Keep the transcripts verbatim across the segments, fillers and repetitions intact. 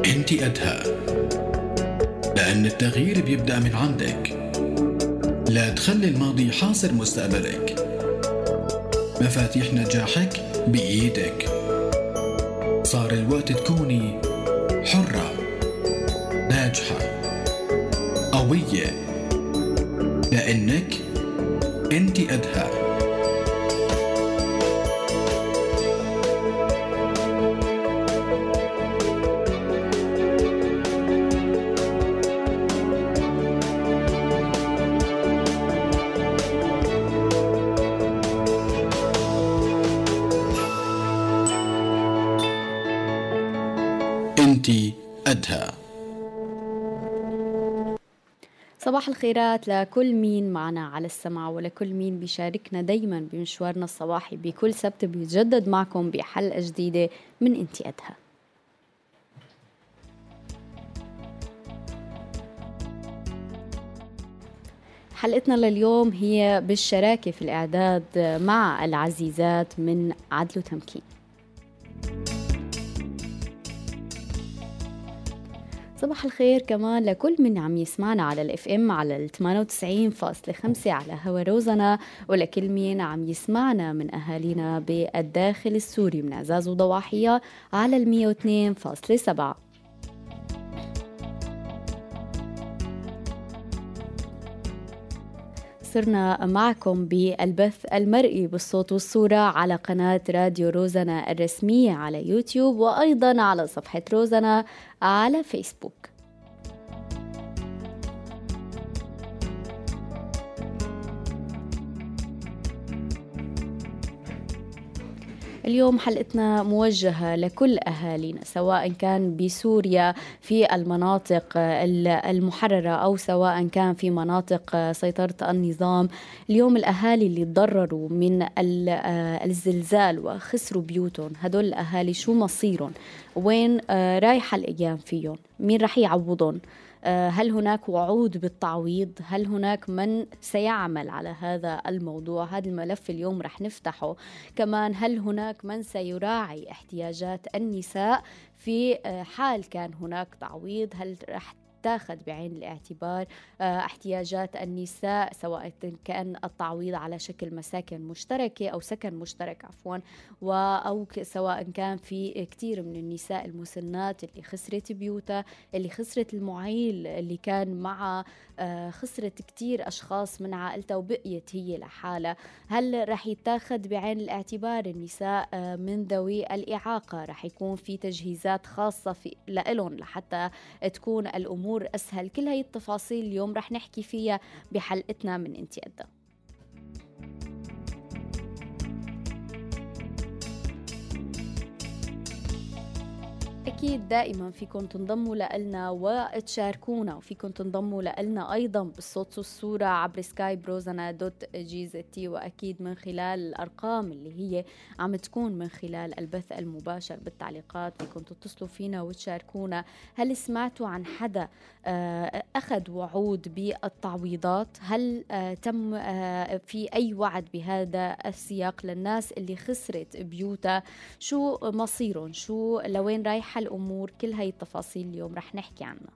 انت قدها، لأن التغيير بيبدأ من عندك. لا تخلي الماضي حاصر مستقبلك. مفاتيح نجاحك بإيدك. صار الوقت تكوني حرة، ناجحة، قوية، لأنك انت قدها. انت قدها. صباح الخيرات لكل مين معنا على السمع ولكل مين بيشاركنا دايما بمشوارنا الصباحي. بكل سبت بيتجدد معكم بحلقة جديدة من انتي قدها. حلقتنا لليوم هي بالشراكة في الإعداد مع العزيزات من عدل وتمكين. صباح الخير كمان لكل من عم يسمعنا على الاف ام على ال ثمانية وتسعين فاصلة خمسة على هوا روزنا، ولكل مين عم يسمعنا من اهالينا بالداخل السوري من عزاز وضواحية على ال مية واثنين فاصلة سبعة. صرنا معكم بالبث المرئي بالصوت والصورة على قناة راديو روزنا الرسمية على يوتيوب، وأيضا على صفحة روزنا على فيسبوك. اليوم حلقتنا موجهة لكل أهالينا، سواء كان بسوريا في المناطق المحررة أو سواء كان في مناطق سيطرة النظام. اليوم الأهالي اللي تضرروا من الزلزال وخسروا بيوتهم، هدول الأهالي شو مصيرهم؟ وين رايحة الأيام فيهم؟ مين رح يعوضهم؟ هل هناك وعود بالتعويض؟ هل هناك من سيعمل على هذا الموضوع؟ هذا الملف اليوم رح نفتحه. كمان هل هناك من سيراعي احتياجات النساء في حال كان هناك تعويض؟ هل رح تاخذ بعين الاعتبار احتياجات النساء، سواء كان التعويض على شكل مساكن مشتركة أو سكن مشترك عفوا، أو سواء كان في كتير من النساء المسنات اللي خسرت بيوتها، اللي خسرت المعيل اللي كان مع خسرت كتير أشخاص من عائلتها وبقيت هي لحالها. هل رح يتاخذ بعين الاعتبار النساء من ذوي الإعاقة؟ رح يكون في تجهيزات خاصة في لإلهم لحتى تكون الأمور أسهل؟ كل هاي التفاصيل اليوم رح نحكي فيها بحلقتنا من انتي قدها. أكيد دائما فيكم تنضموا لنا وتشاركونا، وفيكم تنضموا لنا أيضا بالصوت والصورة عبر سكايب روزنا دوت جي زي تي، وأكيد من خلال الأرقام اللي هي عم تكون من خلال البث المباشر بالتعليقات. فيكم تتصلوا فينا وتشاركونا. هل سمعتوا عن حدا أخذ وعود بالتعويضات؟ هل تم في أي وعد بهذا السياق للناس اللي خسرت بيوتها؟ شو مصيرهم؟ شو لوين رايحة الأمور؟ كل هاي التفاصيل اليوم رح نحكي عنها.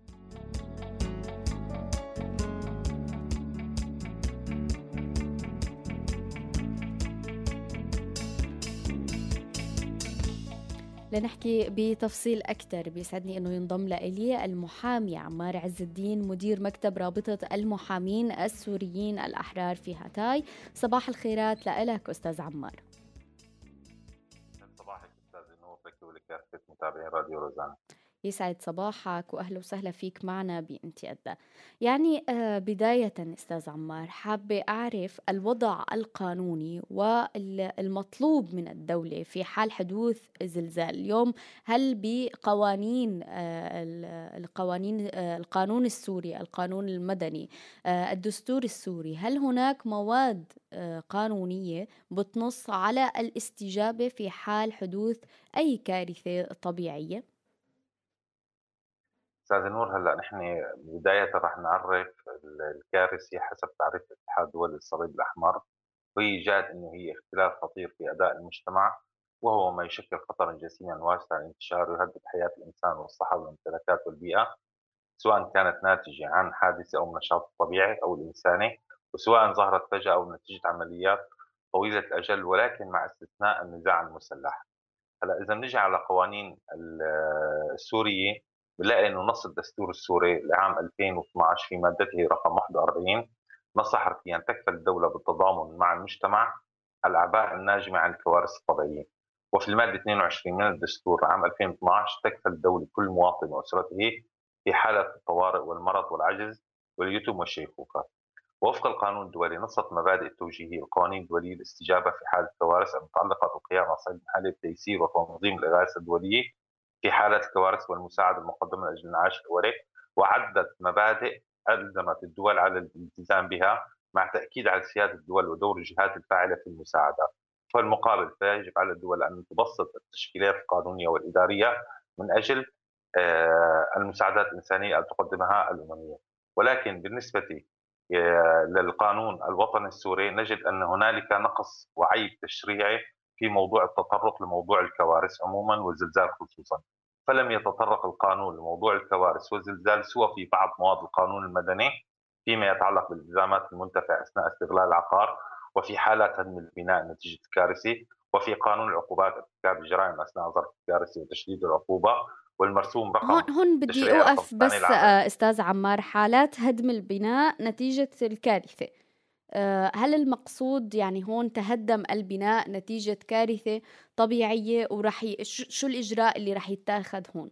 لنحكي بتفصيل أكثر بيسعدني أنه ينضم لإلي المحامي عمار عز الدين، مدير مكتب رابطة المحامين السوريين الأحرار في هاتاي. صباح الخيرات لك أستاذ عمار. صباحك أستاذ نور، لك ولكافة متابعين راديو روزانا. يسعد صباحك وأهلا وسهلا فيك معنا بانتي قدها. يعني آه بداية أستاذ عمار، حابة أعرف الوضع القانوني والمطلوب من الدولة في حال حدوث زلزال اليوم. هل بقوانين آه القوانين آه القانون السوري، القانون المدني، آه الدستور السوري، هل هناك مواد آه قانونية بتنص على الاستجابة في حال حدوث أي كارثة طبيعية؟ أستاذ نور، هلا نحن بداية رح نعرف الكارثة حسب تعريف اتحاد دول الصليب الأحمر، وهي جاد إنه هي اختلال خطير في أداء المجتمع وهو ما يشكل خطرا جسيما واسعا الانتشار يهدد حياة الإنسان والصحة والممتلكات والبيئة، سواء كانت ناتجة عن حادثة أو نشاط طبيعي أو الإنساني، وسواء ظهرت فجأة أو نتيجة عمليات طويلة الأجل، ولكن مع استثناء النزاع المسلح. هلا إذا بنيجي على قوانين ال- السورية، بنلاقي إنه نص الدستور السوري لعام ألفين واثناشر في مادته رقم واحد وأربعين نص حرفيا تكفل الدولة بالتضامن مع المجتمع الأعباء الناجمة عن الكوارث الطبيعية. وفي المادة اثنين وعشرين من الدستور عام ألفين واثناشر تكفل الدولة كل مواطن وأسرته في حالة الطوارئ والمرض والعجز واليتم والشيخوخة. ووفق القانون الدولي نصت مبادئ التوجيهية القوانين الدولية الاستجابة في حالة الكوارث المتعلقة بالقيام على الصعيد المحلي بتيسير وتنظيم الإغاثة الدولية في حالة الكوارث والمساعدة المقدمة لأجل الإنعاش الأولي، وعدت مبادئ ألزمت الدول على الالتزام بها مع تأكيد على سيادة الدول ودور الجهات الفاعلة في المساعدة. في المقابل فيجب على الدول أن تبسط التشكيلات القانونية والإدارية من أجل آه، المساعدات الإنسانية التي تقدمها الأممية. ولكن بالنسبة للقانون الوطني السوري نجد أن هنالك نقص وعيب تشريعي في موضوع التطرق لموضوع الكوارث عموما والزلزال خصوصا، فلم يتطرق القانون لموضوع الكوارث والزلزال سوى في بعض مواد القانون المدني فيما يتعلق بالالتزامات المنتفع أثناء استغلال العقار، وفي حالات هدم البناء نتيجة الكارثة، وفي قانون العقوبات ارتكاب الجرائم أثناء ظرف الكارثة وتشديد العقوبة، والمرسوم هون رقم هون بدي تشريعي رقم أوقف ثاني بس لعام. آه، أستاذ عمار، حالات هدم البناء نتيجة الكارثة، آه، هل المقصود يعني هون تهدم البناء نتيجة كارثة طبيعية، ورح ي... ش- شو الإجراء اللي رح يتاخد هون؟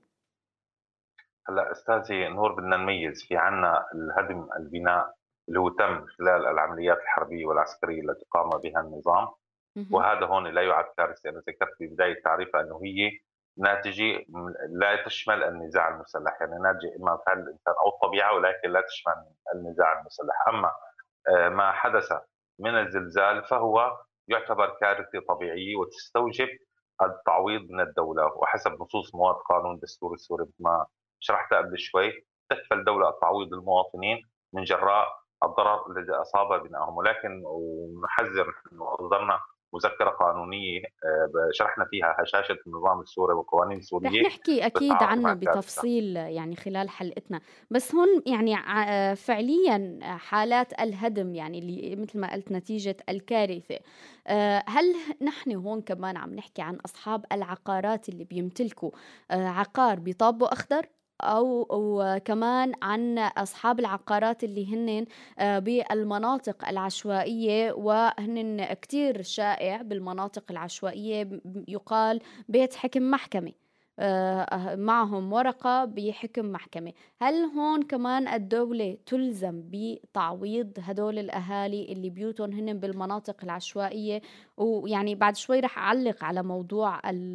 هلا استاذي نور، بدنا نميز في عنا الهدم البناء اللي هو تم خلال العمليات الحربيه والعسكريه التي قام بها النظام، مهم. وهذا هون لا يعد كارثه. انا ذكرت في بدايه تعريفها انه هي ناتجه من- لا تشمل النزاع المسلح، يعني ناتجه اما فعل الانسان او الطبيعه، ولكن لا تشمل النزاع المسلح. اما آه، ما حدث من الزلزال فهو يعتبر كارثه طبيعيه وتستوجب التعويض من الدوله، وحسب نصوص مواد قانون الدستور السوري مثل ما شرحتها قبل شوي تكفل الدوله التعويض للمواطنين من جراء الضرر الذي اصاب بنائهم. ولكن ونحذر انه اصدرنا مذكره قانونيه آه، شرحنا فيها هشاشه النظام السوري والقوانين رح السوريه نحكي أكيد بالتعاطي مع عنه الكارثه. بتفصيل يعني خلال حلقتنا، بس هون يعني ع- فعليا حالات الهدم يعني اللي مثل ما قلت نتيجة الكارثة، آه، هل نحن هون كمان عم نحكي عن أصحاب العقارات اللي بيمتلكوا آه، عقار بيطابوا أخضر، أو وكمان عن أصحاب العقارات اللي هن آه، بالمناطق العشوائية، وهن كتير شائع بالمناطق العشوائية ب- يقال بيت حكم محكمة، آه، معهم ورقة بحكم محكمة. هل هون كمان الدولة تلزم بتعويض هدول الأهالي اللي بيوتهم هن بالمناطق العشوائية؟ ويعني بعد شوي رح أعلق على موضوع ال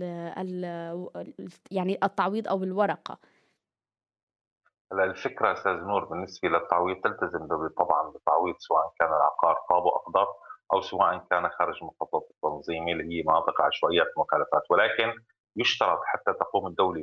ال يعني التعويض أو الورقة. هلا الفكرة أستاذ نور بالنسبة للتعويض تلتزم الدولة طبعا بالتعويض سواء كان العقار طابق أخضر أو سواء كان خارج مخطط التنظيمي اللي هي مناطق عشوائيات المخالفات، ولكن يشترط حتى تقوم الدولة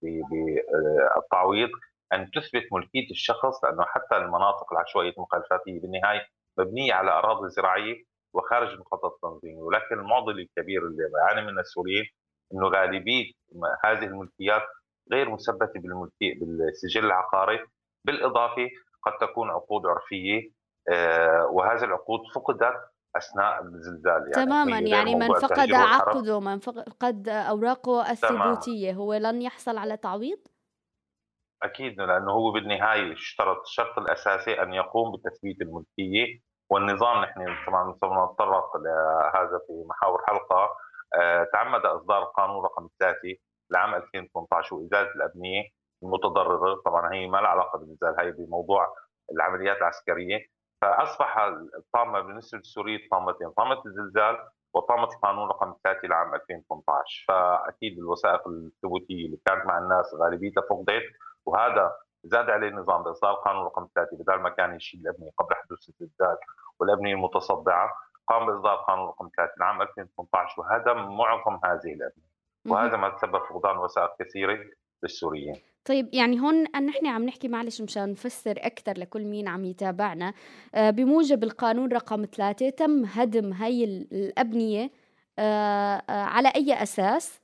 بالتعويض أن تثبت ملكية الشخص، لأنه حتى المناطق العشوائية المخالفات هي بالنهاية مبنية على أراضي زراعية وخارج مخطط التنظيمي. ولكن المعضلة الكبير اللي يعاني منها السوريين أنه غالبية هذه الملكيات غير مثبتة بالملكية بالسجل العقاري، بالإضافة قد تكون عقود عرفية آه، وهذه العقود فقدت أثناء الزلزال، يعني تماما، هي غير يعني من موضوع فقد التهجير والحرب. عقده، من فقد أوراقه تماما، الثبوتية، هو لن يحصل على تعويض؟ أكيد، لأنه هو بالنهاية اشترط الشرط الأساسي أن يقوم بتثبيت الملكية. والنظام نحن طبعا سوف نتطرق لهذا في محاور حلقة. آه، تعمد إصدار القانون رقم ثلاثة لعام ألفين وثمانية عشر وإزالة الأبنية المتضررة. طبعا هي ما لها علاقة بالزلزال، هي بموضوع العمليات العسكرية. فأصبح الطامة بالنسبة للسوريين طامتين، طامة الزلزال وطامة القانون رقم ثلاثة لعام ألفين وثمانية عشر. فأكيد الوثائق الثبوتية اللي كانت مع الناس غالبيتها فقدت، وهذا زاد عليه النظام باصدار قانون رقم ثلاثة، بدل ما كان يشيل الابنيه قبل حدوث الزلزال والابنيه المتصدعه، قام باصدار قانون رقم ثلاثة لعام ألفين وثمانية عشر وهدم معظم هذه الابنيه، مهم. وهذا ما تسبب فقدان وثائق كثيره للسوريين. طيب يعني هون نحن عم نحكي، معلش مشان نفسر أكثر لكل مين عم يتابعنا، آه، بموجب القانون رقم ثلاثة تم هدم هاي ال- الأبنية على أي أساس؟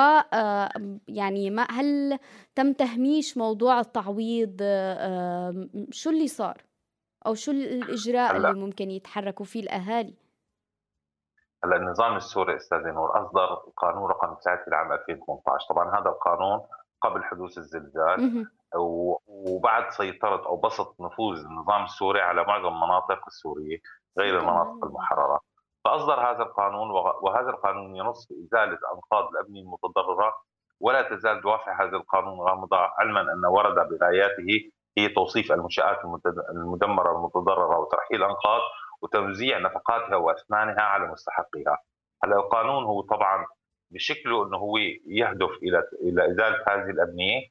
ويعني ما هل تم تهميش موضوع التعويض؟ شو اللي صار أو شو الإجراء اللي هلا ممكن يتحركوا فيه الأهالي؟ هلا النظام السوري استاذ نور اصدر قانون رقم ثلاثة لعام ألفين وثمانية عشر. طبعا هذا القانون قبل حدوث الزلزال مهم. و- وبعد سيطرة أو بسط نفوذ النظام السوري على معظم المناطق السورية في غير كمان المناطق الموضوع. المحررة. فأصدر هذا القانون، وغ- وهذا القانون ينص بإزالة أنقاض الأبنية المتضررة، ولا تزال دوافع هذا القانون غامضة، علما أن ورد بغاياته هي توصيف المنشآت المتد- المدمرة المتضررة وترحيل الأنقاض وتوزيع نفقاتها وأثمانها على مستحقيها. هلا القانون هو طبعا بشكله أنه هو يهدف إلى إلى إزالة هذه الأبنية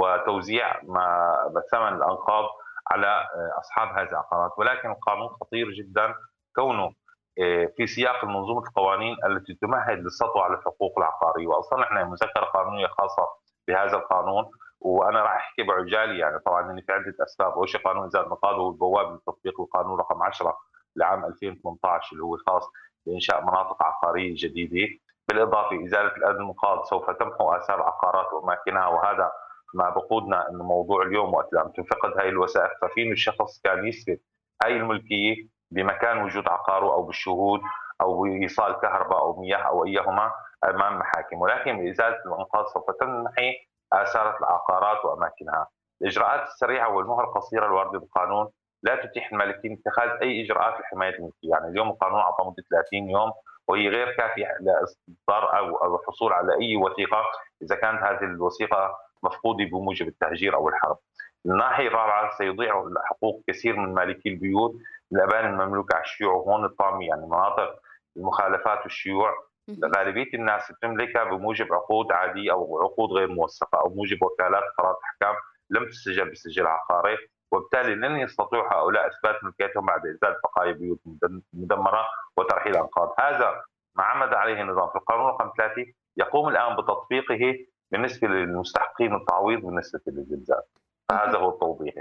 وتوزيع ما ثمن الانقاض على اصحاب هذه العقارات، ولكن القانون خطير جدا كونه في سياق منظومه القوانين التي تمهد للسطو على الحقوق العقاريه. واصلا احنا مذكره قانونيه خاصه بهذا القانون، وانا راح احكي بعجاله. يعني طبعا في عده اسباب. اول شيء قانون ازاله النقاض هو البوابه لتطبيق القانون رقم عشرة لعام ألفين وثمانية عشر اللي هو خاص بانشاء مناطق عقاريه جديده. بالاضافه ازاله الانقاض سوف تمحو اثار العقارات واماكنها، وهذا ما بقودنا انه موضوع اليوم وقت عم تنفقد هاي الوثائق ففين الشخص كان يثبت هاي الملكيه بمكان وجود عقاره او بالشهود او بايصال كهرباء او مياه او ايهما امام محاكم. ولكن بازاله الانقاض سوف تمحي اثار العقارات واماكنها. الاجراءات السريعه والمهله القصيره الوارده بالقانون لا تتيح المالكين اتخاذ اي اجراءات لحمايه الملكيه. يعني اليوم القانون اعطى مده ثلاثين يوم وهي غير كافيه لاصدار او الحصول على اي وثيقه اذا كانت هذه الوثيقه مفقودة بموجب التهجير أو الحرب. الناحية الرابعة سيضيع حقوق كثير من مالكي البيوت الأبان المملوكة على الشيوع، وهون الطامي يعني مناطق المخالفات والشيوع غالبية الناس بتملكها بموجب عقود عادية أو عقود غير موثقة أو موجب وكالات قرارات أحكام لم تسجل بسجل عقاري، وبالتالي لن يستطيعوا هؤلاء إثبات ملكيتهم بعد إزالة بقايا بيوت مدمرة وترحيل أنقاض. هذا ما عمد عليه النظام في القانون رقم ثلاثة يقوم الآن بتطبيقه بالنسبة للمستحقين التعويض بالنسبة للزلزال. فهذا هو التوضيح.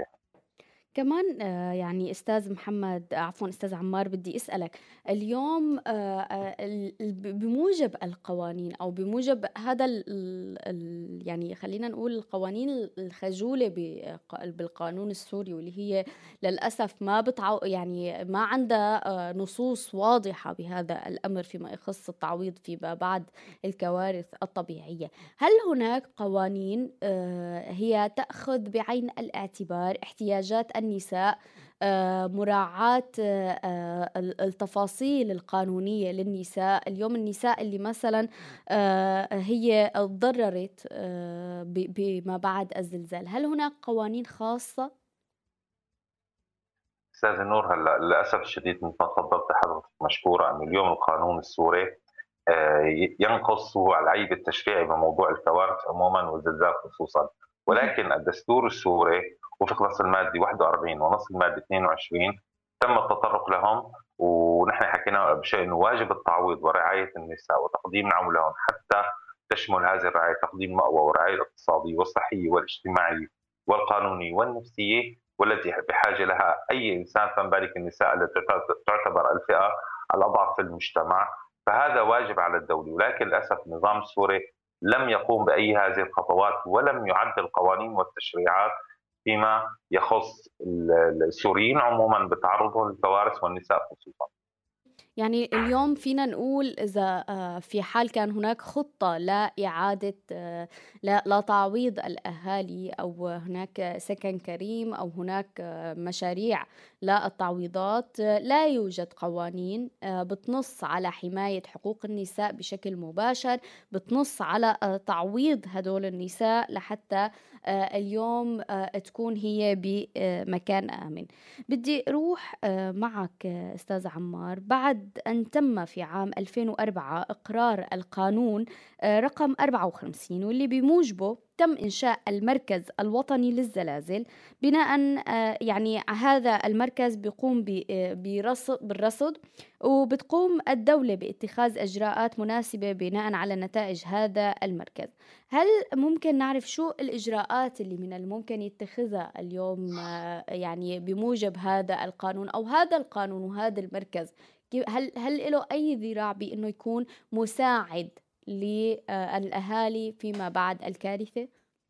كمان يعني أستاذ محمد، عفوا أستاذ عمار، بدي أسألك اليوم بموجب القوانين أو بموجب هذا ال يعني خلينا نقول القوانين الخجولة بالقانون السوري، واللي هي للأسف ما بتعو يعني ما عندها نصوص واضحة بهذا الأمر فيما يخص التعويض فيما بعد الكوارث الطبيعية. هل هناك قوانين هي تأخذ بعين الاعتبار احتياجات النساء، مراعاة التفاصيل القانونية للنساء؟ اليوم النساء اللي مثلا هي تضررت بما بعد الزلزال، هل هناك قوانين خاصة؟ أستاذ نور، هلا للأسف الشديد مثل ما تفضلت حضرتك مشكورة أن اليوم القانون السوري ينقص على العيب التشريعي بموضوع الكوارث عموما والزلزال خصوصا، ولكن الدستور السوري وفق نص المادة واحد وأربعين ونص المادة اثنين وعشرين تم التطرق لهم، ونحن حكينا بشيء انه واجب التعويض ورعاية النساء وتقديم نعم لهم، حتى تشمل هذه الرعاية تقديم مأوى ورعاية الاقتصادية والصحية والاجتماعية والقانونية والنفسية والتي بحاجة لها أي إنسان، فما بالك النساء التي تعتبر الفئة الأضعف في المجتمع. فهذا واجب على الدولة، ولكن للأسف النظام السوري لم يقوم بأي هذه الخطوات ولم يعد القوانين والتشريعات فيما يخص السوريين عموما بتعرضهم للكوارث والنساء خصوصا. يعني اليوم فينا نقول إذا في حال كان هناك خطة لإعادة لا, لا تعويض الأهالي أو هناك سكن كريم أو هناك مشاريع للتعويضات، لا يوجد قوانين بتنص على حماية حقوق النساء بشكل مباشر، بتنص على تعويض هدول النساء لحتى اليوم تكون هي بمكان آمن. بدي أروح معك أستاذ عمار، بعد أن تم في عام ألفين وأربعة إقرار القانون رقم أربعة وخمسين واللي بموجبه تم إنشاء المركز الوطني للزلازل، بناء يعني هذا المركز بيقوم بالرصد، وبتقوم الدولة باتخاذ إجراءات مناسبة بناء على نتائج هذا المركز. هل ممكن نعرف شو الإجراءات اللي من الممكن يتخذها اليوم يعني بموجب هذا القانون أو هذا القانون وهذا المركز؟ هل هل له أي ذراع بأنه يكون مساعد للأهالي فيما بعد الكارثة؟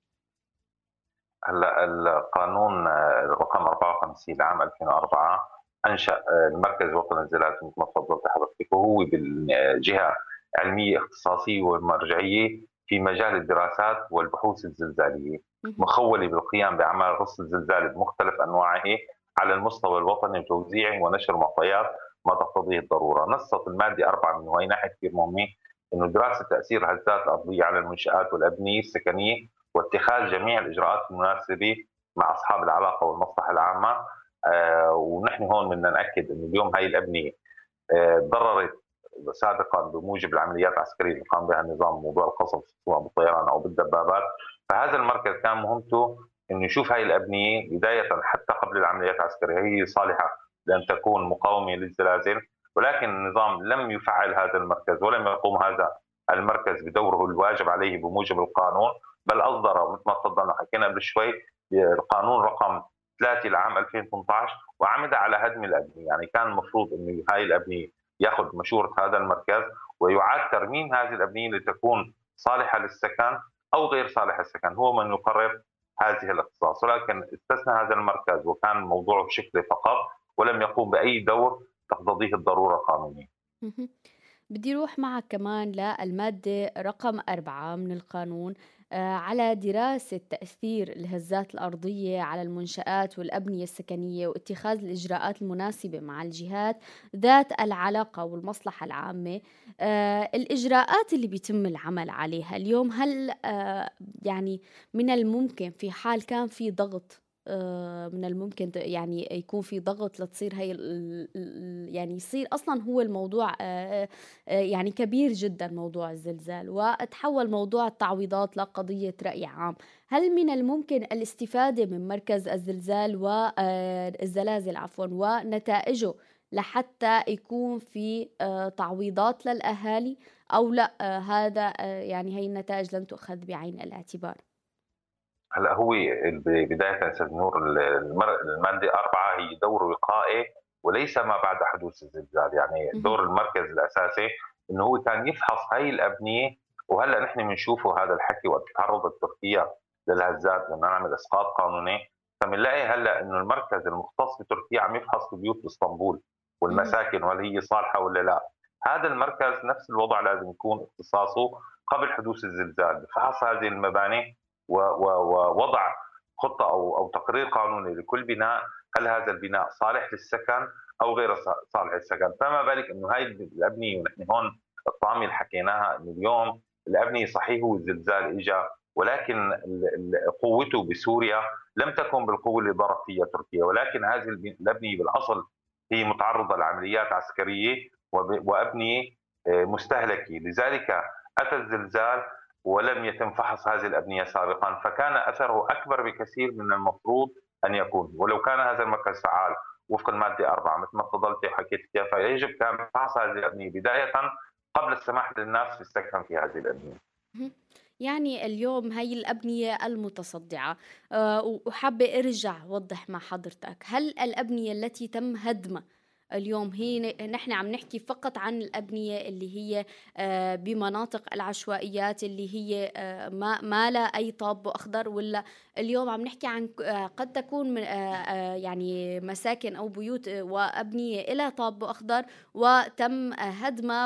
هلا القانون آه، رقم أربعة وخمسين لعام ألفين وأربعة انشا آه، المركز الوطني للزلازل مثل ما تفضلت حضرتك، وهو بالجهه علميه اختصاصيه ومرجعيه في مجال الدراسات والبحوث الزلزاليه، مخوله بالقيام باعمال رصد الزلزال بمختلف انواعه على المستوى الوطني وتوزيعه ونشر معطيات ما تقتضيه الضروره. نصت الماده أربعة من وهي ناحيه كثير مهمه انه دراسه تاثير الهزات الارضيه على المنشات والابنيه السكنيه واتخاذ جميع الاجراءات المناسبه مع اصحاب العلاقه والمصلحه العامه. آه ونحن هون بدنا ناكد انه اليوم هاي الابنيه آه ضررت سابقا بموجب العمليات العسكريه اللي قام بها النظام، موضوع القصف سواء بالطيران او بالدبابات. فهذا المركز كان مهمته انه يشوف هاي الابنيه بدايه حتى قبل العمليات العسكريه هي صالحه لان تكون مقاومه للزلازل، ولكن النظام لم يفعل هذا المركز ولم يقوم هذا المركز بدوره الواجب عليه بموجب القانون، بل اصدر مثل ما تفضلنا حكينا قبل شوي القانون رقم ثلاثة لعام ألفين وثمانية عشر وعمد على هدم الابنيه. يعني كان المفروض انه هاي الابنيه ياخذ مشوره هذا المركز ويعاد ترميم هذه الابنيه لتكون صالحه للسكن او غير صالحه للسكن، هو من يقرر هذه الاختصاص، ولكن استثنى هذا المركز وكان موضوعه شكله فقط ولم يقوم باي دور تقتضيه الضروره القانونيه. بدي روح معك كمان للمادة رقم أربعة من القانون آه على دراسة تأثير الهزات الأرضية على المنشآت والأبنية السكنية واتخاذ الإجراءات المناسبة مع الجهات ذات العلاقة والمصلحة العامة. آه الإجراءات اللي بيتم العمل عليها اليوم، هل آه يعني من الممكن في حال كان في ضغط من الممكن يعني يكون في ضغط لتصير هي يعني يصير أصلا هو الموضوع يعني كبير جدا موضوع الزلزال وتحول موضوع التعويضات لقضية رأي عام، هل من الممكن الاستفادة من مركز الزلزال والزلازل عفوا ونتائجه لحتى يكون في تعويضات للأهالي أو لا هذا يعني هي النتائج لم تؤخذ بعين الاعتبار؟ هلا هو بدايه استاذ نور الماده أربعة هي دور وقائي وليس ما بعد حدوث الزلزال، يعني دور المركز الاساسي انه هو كان يفحص هاي الابنيه. وهلا نحن بنشوفه هذا الحكي وقت تعرضت تركيا للهزات لما نعمل اسقاط قانوني، فبنلاقي هلا انه المركز المختص بتركيا عم يفحص بيوت اسطنبول والمساكن وهل هي صالحه ولا لا. هذا المركز نفس الوضع لازم يكون اختصاصه قبل حدوث الزلزال بفحص هذه المباني ووضع خطة أو أو تقرير قانوني لكل بناء، هل هذا البناء صالح للسكن أو غير صالح للسكن. فما بالك إنه هاي الأبنية ونحن هون الطامة اللي حكيناها إنه اليوم الأبنية صحيح هو الزلزال إجا، ولكن قوته بسوريا لم تكن بالقوة اللي ضرب فيها تركيا، ولكن هذه الأبنية بالأصل هي متعرضة لعمليات عسكرية وأبنية مستهلكة، لذلك أتى الزلزال ولم يتم فحص هذه الأبنية سابقا، فكان أثره أكبر بكثير من المفروض أن يكون. ولو كان هذا المركز فعال وفق المادة أربعة مثل ما تفضلت وحكيت فيها، فيجب كان فحص هذه الأبنية بداية قبل السماح للناس بالسكن في هذه الأبنية. يعني اليوم هي الأبنية المتصدعة أه وحابة أرجع وضح مع حضرتك، هل الأبنية التي تم هدمها اليوم هي نحن عم نحكي فقط عن الأبنية اللي هي بمناطق العشوائيات اللي هي ما ما لا أي طاب أخضر، ولا اليوم عم نحكي عن قد تكون يعني مساكن أو بيوت وأبنية إلى طاب أخضر وتم هدمها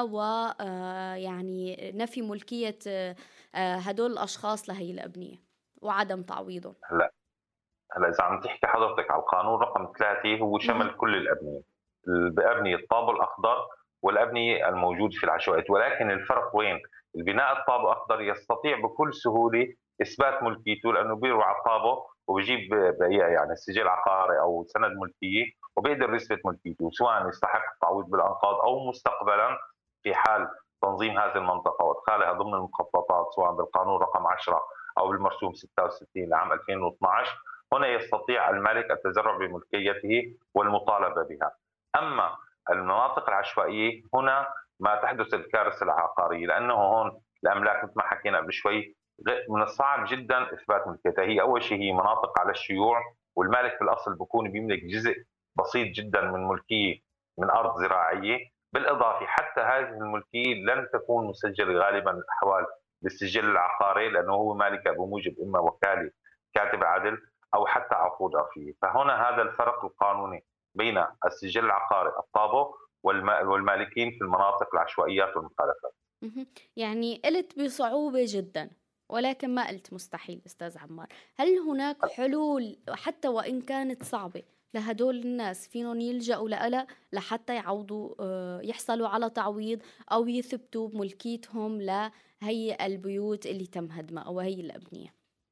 ويعني نفي ملكية هدول الأشخاص لهي الأبنية وعدم تعويضهم؟ هلا هلا إذا عم تحكي حضرتك على القانون رقم ثلاثة هو شمل كل الأبنية، بأبنية الطابو الأخضر والأبنية الموجود في العشوائيات، ولكن الفرق وين؟ البناء الطابو الأخضر يستطيع بكل سهولة إثبات ملكيته لأنه بيروح على الطابو وبيجيب يعني سجل عقاري أو سند ملكية وبيقدر يثبت ملكيته سواء يستحق التعويض بالأنقاض أو مستقبلا في حال تنظيم هذه المنطقة وإدخالها ضمن المخططات سواء بالقانون رقم عشرة أو بالمرسوم ستة وستين لعام ألفين واثني عشر. هنا يستطيع المالك التزرع بملكيته والمطالبة بها. أما المناطق العشوائية هنا ما تحدث الكارثة العقارية، لأنه هون الأملاك مثل ما حكينا قبل شوي من الصعب جدا إثبات ملكيتها. هي أول شيء هي مناطق على الشيوع والمالك في الأصل بيكون بيملك جزء بسيط جدا من ملكية من أرض زراعية، بالإضافة حتى هذه الملكية لن تكون مسجلة غالبا الأحوال بالسجل العقاري، لأنه هو مالكها بموجب إما وكالة كاتب عدل أو حتى عقود عرفية. فهنا هذا الفرق القانوني بين السجل العقاري الطابو والمالكين في المناطق العشوائيات والمخالفات. يعني قلت بصعوبة جدا ولكن ما قلت مستحيل أستاذ عمار. هل هناك حلول حتى وإن كانت صعبة لهدول الناس فينهم يلجأوا لها لحتى يعوضوا يحصلوا على تعويض أو يثبتوا ملكيتهم لهي البيوت اللي تم هدمها أو هي الأبنية؟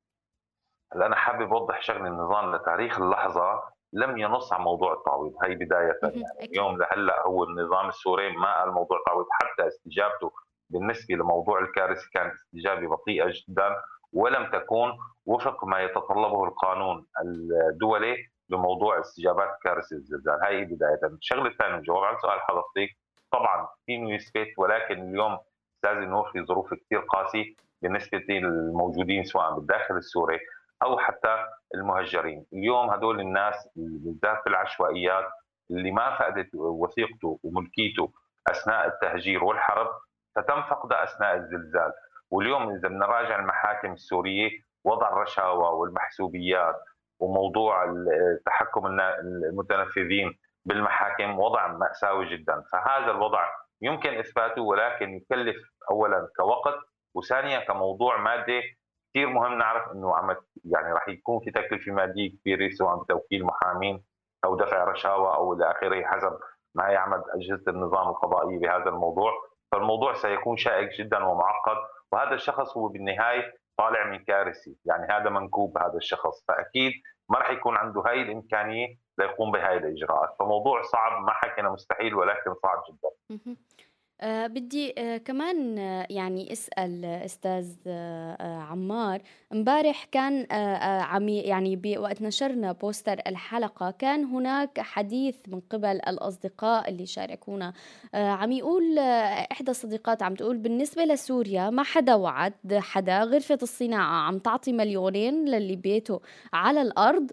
هلا أنا حابب أوضح شغله، النظام لتاريخ اللحظة لم ينص عن موضوع التعويض، هي بداية. يعني اليوم لهلا هو النظام السوري ما قال موضوع التعويض، حتى استجابته بالنسبة لموضوع الكارثة كانت استجابة بطيئة جدا ولم تكون وفق ما يتطلبه القانون الدولي بموضوع استجابات كارثة الزلزال. هاي بداية. الشغلة الثانية جواب عن سؤال حضرتك، طبعا في يثبت، ولكن اليوم استاذ نور في ظروف كثير قاسية بالنسبة للموجودين سواء بالداخل السوري أو حتى المهجرين. اليوم هدول الناس بالذات بالعشوائيات اللي ما فقدت وثيقته وملكيته أثناء التهجير والحرب فتم فقدها أثناء الزلزال. واليوم إذا بنراجع المحاكم السورية وضع الرشاوى والمحسوبيات وموضوع تحكم المتنفذين بالمحاكم وضع مأساوي جدا. فهذا الوضع يمكن إثباته ولكن يكلف أولا كوقت، وثانيا كموضوع مادي كثير مهم نعرف انه عم يعني راح يكون في تكلفه ماديه كبيره سواء بتوكيل محامين او دفع رشاوى او الى اخره حسب ما يعمل اجهزه النظام القضائي بهذا الموضوع. فالموضوع سيكون شائك جدا ومعقد، وهذا الشخص هو بالنهايه طالع من كارثه، يعني هذا منكوب هذا الشخص، فاكيد ما راح يكون عنده هاي الامكانيه ليقوم بهاي الاجراءات. فموضوع صعب، ما حكينا مستحيل ولكن صعب جدا. أه بدي أه كمان أه يعني اسال استاذ أه عمار، امبارح كان أه عم يعني بوقت نشرنا بوستر الحلقه كان هناك حديث من قبل الاصدقاء اللي شاركونا. أه عم يقول أه احدى الصديقات عم تقول بالنسبه لسوريا ما حدا وعد حدا، غرفه الصناعه عم تعطي مليونين للي بيته على الارض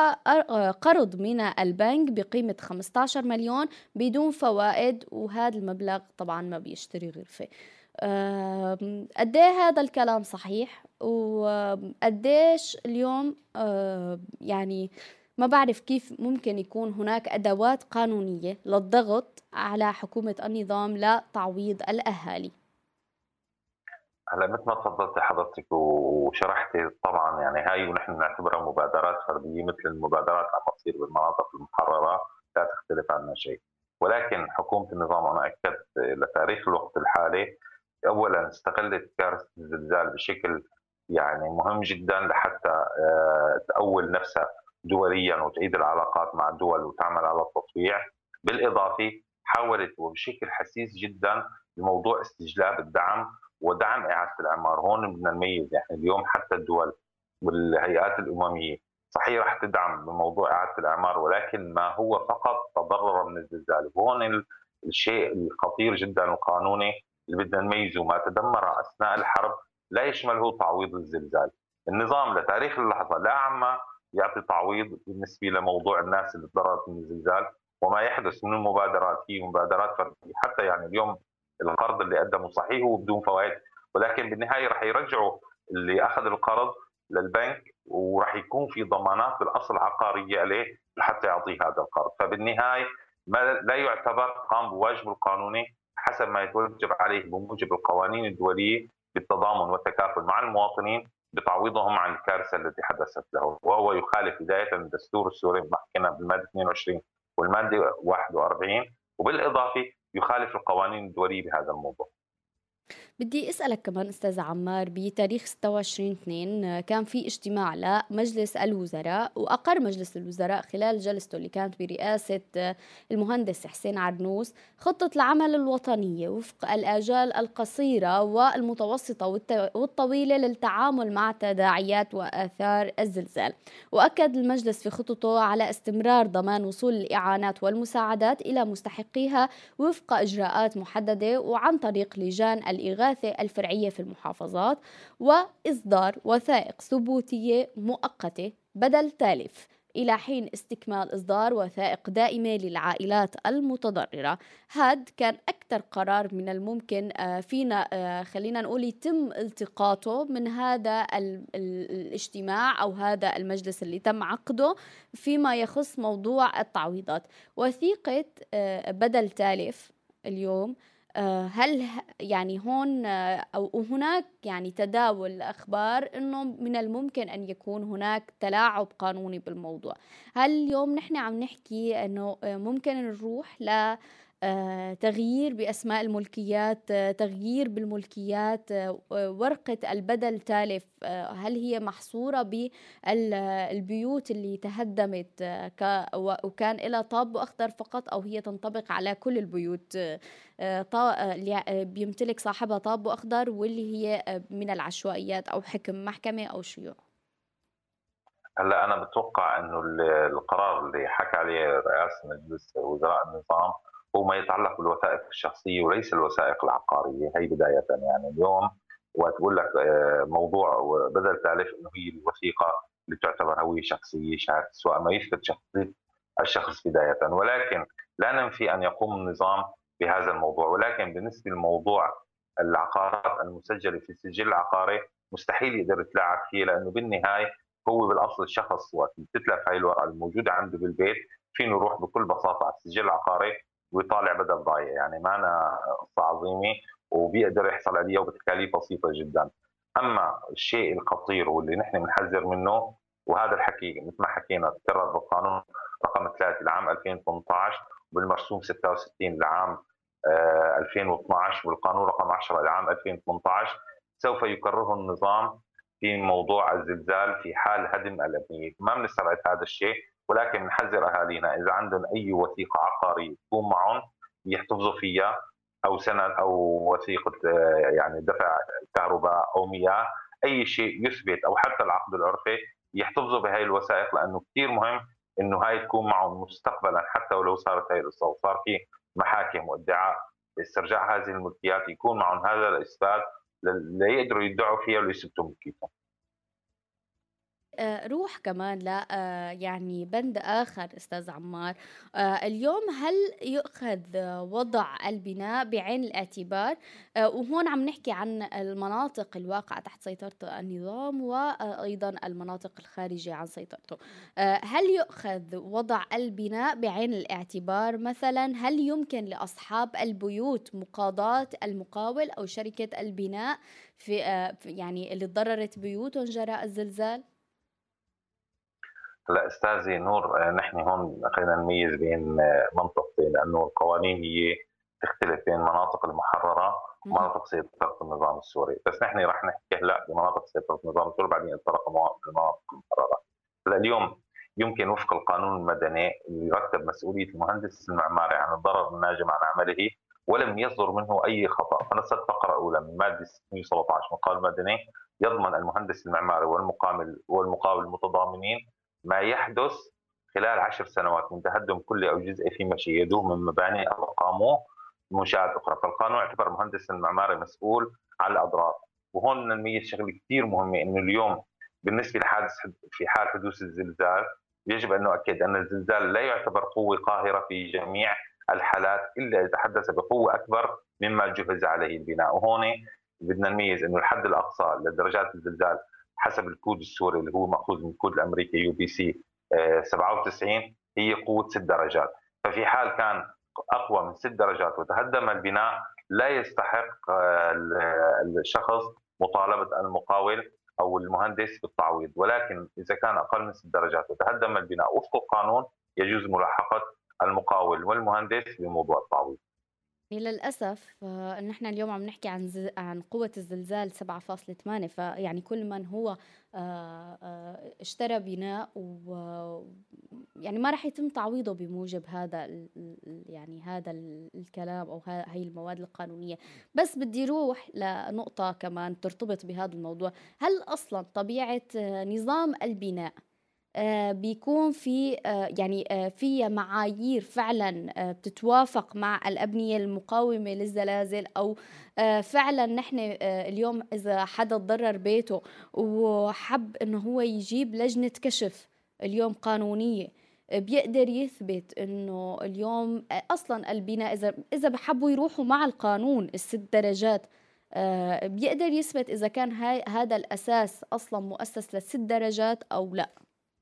وقرض من البنك بقيمه خمسة عشر مليون بدون فوائد، وهذا المبلغ طبعا طبعا ما بيشتري غرفة. قد ايه هذا الكلام صحيح؟ وقديش اليوم يعني ما بعرف كيف ممكن يكون هناك أدوات قانونية للضغط على حكومة النظام لتعويض الأهالي؟ هلا مثل ما تفضلت حضرتك وشرحتي طبعا يعني هاي ونحن نعتبرها مبادرات فردية مثل المبادرات عم تصير بالمناطق المحررة لا تختلف عنها شيء. ولكن حكومة النظام أنا أكدت لتاريخ الوقت الحالي أولا استغلت كارثة الزلزال بشكل يعني مهم جدا لحتى تأول نفسها دوليا وتعيد العلاقات مع الدول وتعمل على التطويع. بالإضافة حاولت وبشكل حسيس جدا بموضوع استجلاب الدعم ودعم إعادة الإعمار. هون بدنا نميز، يعني اليوم حتى الدول والهيئات الأممية صحيح رح تدعم بموضوع إعادة الإعمار ولكن ما هو فقط تضرر من الزلزال. وهون الشيء الخطير جدا القانوني اللي بدنا نميزه، ما تدمر أثناء الحرب لا يشمله تعويض الزلزال. النظام لتاريخ اللحظة لا عما يعطي تعويض بالنسبة لموضوع الناس اللي تضررت من الزلزال، وما يحدث من المبادرات هي مبادرات فردية. حتى يعني اليوم القرض اللي قدمه صحيح هو بدون فوائد، ولكن بالنهاية رح يرجعوا اللي أخذ القرض للبنك ورح يكون في ضمانات بالاصل عقاريه عليه لحتى يعطيه هذا القرض. فبالنهايه ما لا يعتبر قام بواجبه القانوني حسب ما يتوجب عليه بموجب القوانين الدوليه بالتضامن والتكافل مع المواطنين بتعويضهم عن الكارثه التي حدثت له، وهو يخالف بدايه الدستور السوري ما حكينا بالماده اثنين وعشرين والماده واحد وأربعين، وبالاضافه يخالف القوانين الدوليه بهذا الموضوع. بدي أسألك كمان أستاذ عمار، بتاريخ ستة وعشرين اثنين كان في اجتماع لمجلس الوزراء، وأقر مجلس الوزراء خلال جلسته اللي كانت برئاسة المهندس حسين عرنوس خطة العمل الوطنية وفق الآجال القصيرة والمتوسطة والطويلة للتعامل مع تداعيات وآثار الزلزال. وأكد المجلس في خطته على استمرار ضمان وصول الإعانات والمساعدات إلى مستحقيها وفق إجراءات محددة وعن طريق لجان الإغاثة الفرعية في المحافظات، وإصدار وثائق ثبوتية مؤقتة بدل تالف إلى حين استكمال إصدار وثائق دائمة للعائلات المتضررة. هذا كان أكثر قرار من الممكن آه، فينا آه، خلينا نقول يتم التقاطه من هذا ال- ال- الاجتماع أو هذا المجلس اللي تم عقده فيما يخص موضوع التعويضات. وثيقة آه، بدل تالف اليوم، آه، هل ه- يعني هون آه، أو هناك يعني تداول أخبار أنه من الممكن أن يكون هناك تلاعب قانوني بالموضوع. هل اليوم نحن عم نحكي أنه آه، ممكن نروح ل آه، تغيير بأسماء الملكيات، آه، تغيير بالملكيات، آه، ورقة البدل تالف، آه، هل هي محصورة بالبيوت اللي تهدمت آه، ك- و- وكان لها طابو أخضر فقط، أو هي تنطبق على كل البيوت آه، آه، طا- آه، اللي آه، بيمتلك صاحبها طابو أخضر واللي هي آه، من العشوائيات أو حكم محكمة أو شيوع؟ هلا انا بتوقع انه ال- القرار اللي حكى عليه رئاسه مجلس وزراء النظام هو ما يتعلق بالوثائق الشخصيه وليس الوثائق العقاريه. هي بدايه، يعني اليوم وقت بقول لك آه، موضوع بدل تالف انه هي الوثيقه اللي تعتبر هويه شخصيه، شهاده سواء ما يثبت شخصيه الشخص بدايه، ولكن لا ننفي ان يقوم النظام بهذا الموضوع. ولكن بالنسبه لموضوع العقارات المسجله في السجل العقاري مستحيل يقدر يتلاعب فيه، لانه بالنهايه هو بالاصل الشخص وقت بتتلف هاي الورقه الموجوده عنده بالبيت فينه يروح بكل بساطه على السجل العقاري ويطالع بدل ضايع، يعني ما أنا قصه عظيمه وبيقدر يحصل عليها وبتكاليف بسيطه جدا. اما الشيء الخطير واللي نحن بنحذر منه، وهذا الحكي مثل ما حكينا تكرر بالقانون رقم ثلاثة لعام ألفين وثمانية عشر وبالمرسوم ستة وستين لعام آه، ألفين واثنعش والقانون رقم عشرة لعام ألفين وثمانية عشر، سوف يكرره النظام في موضوع الزلزال في حال هدم الابنيه. ما بنستبعد هذا الشيء، ولكن نحذر اهالينا اذا عندهم اي وثيقه عقاريه تكون معهم يحتفظوا فيها، او سند او وثيقه آه، يعني دفع كهرباء او مياه، اي شيء يثبت او حتى العقد العرفي يحتفظوا بهي الوثائق، لانه كثير مهم انه هاي تكون معهم مستقبلا حتى ولو صارت هاي القصه وصار في محاكم وادعاء استرجاع هذه الملكيات، يكون معهم هذا الاثبات ليقدروا يدعوا فيها ويثبتوا ملكيتهم. آه، روح كمان لا آه، يعني بند آخر أستاذ عمار. آه، اليوم هل يؤخذ آه، وضع البناء بعين الاعتبار؟ آه، وهون عم نحكي عن المناطق الواقعة تحت سيطرة النظام وأيضا المناطق الخارجة عن سيطرته. آه، هل يؤخذ وضع البناء بعين الاعتبار؟ مثلا هل يمكن لأصحاب البيوت مقاضاة المقاول أو شركة البناء في آه، في- يعني اللي تضررت بيوتهم جراء الزلزال؟ هلا استاذي نور، آه، نحن هون خلينا نميز بين آه، منطقتين، لانه القوانين هي تختلف بين المناطق المحرره مهم. ومناطق سيطره النظام السوري، بس نحن رح نحكي هلا بمناطق سيطره النظام السوري بعدين نتطرق للمناطق المحرره. هلا اليوم يمكن وفق القانون المدني يرتب مسؤوليه المهندس المعماري عن الضرر الناجم عن عمله ولم يصدر منه اي خطا. فنص الفقره الاولى من ماده ستمئة وسبعة عشر من القانون المدني يضمن المهندس المعماري والمقاول والمقاول المتضامنين ما يحدث خلال عشر سنوات من تهدم كلي أو جزئي في مشيده من مباني أو أقاموا منشآت أخرى. فالقانون يعتبر المهندس المعماري مسؤول عن الأضرار. وهون نميز شغله كثير مهمه، انه اليوم بالنسبه لحادث في حال حدوث الزلزال يجب ان نؤكد ان الزلزال لا يعتبر قوه قاهره في جميع الحالات الا اذا حدث بقوه اكبر مما جهز عليه البناء. وهون بدنا نميز انه الحد الاقصى لدرجات الزلزال حسب الكود السوري اللي هو ماخوذ من الكود الامريكي يو بي سي سبعة وتسعين هي قوه ست درجات. ففي حال كان اقوى من ست درجات وتهدم البناء لا يستحق الشخص مطالبه المقاول او المهندس بالتعويض، ولكن اذا كان اقل من ست درجات وتهدم البناء وفق القانون يجوز ملاحقه المقاول والمهندس بموضوع التعويض. للأسف آه، نحن اليوم عم نحكي عن زل... عن قوة الزلزال سبعة فاصلة ثمانية، فيعني كل من هو آه، آه، اشترى بناء و يعني ما راح يتم تعويضه بموجب هذا ال... ال- يعني هذا ال- الكلام أو ه- هاي المواد القانونية. بس بدي روح لنقطة كمان ترتبط بهذا الموضوع. هل أصلا طبيعة آه، نظام البناء آه، بيكون في آه، يعني آه، في معايير فعلا آه، بتتوافق مع الأبنية المقاومة للزلازل، أو آه، فعلا نحن آه، اليوم إذا حدا تضرر بيته وحب إنه هو يجيب لجنة كشف اليوم قانونية بيقدر يثبت انه اليوم اصلا البناء اذا اذا بحبوا يروحوا مع القانون الست درجات، آه، بيقدر يثبت اذا كان هاي هذا الاساس اصلا مؤسس للست درجات او لا.